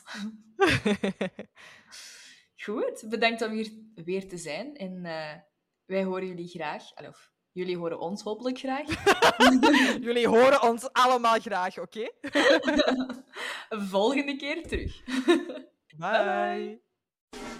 Goed, bedankt om hier weer te zijn. En uh, wij horen jullie graag. Of, jullie horen ons hopelijk graag. Jullie horen ons allemaal graag, oké? Okay? Volgende keer terug. Bye. Bye.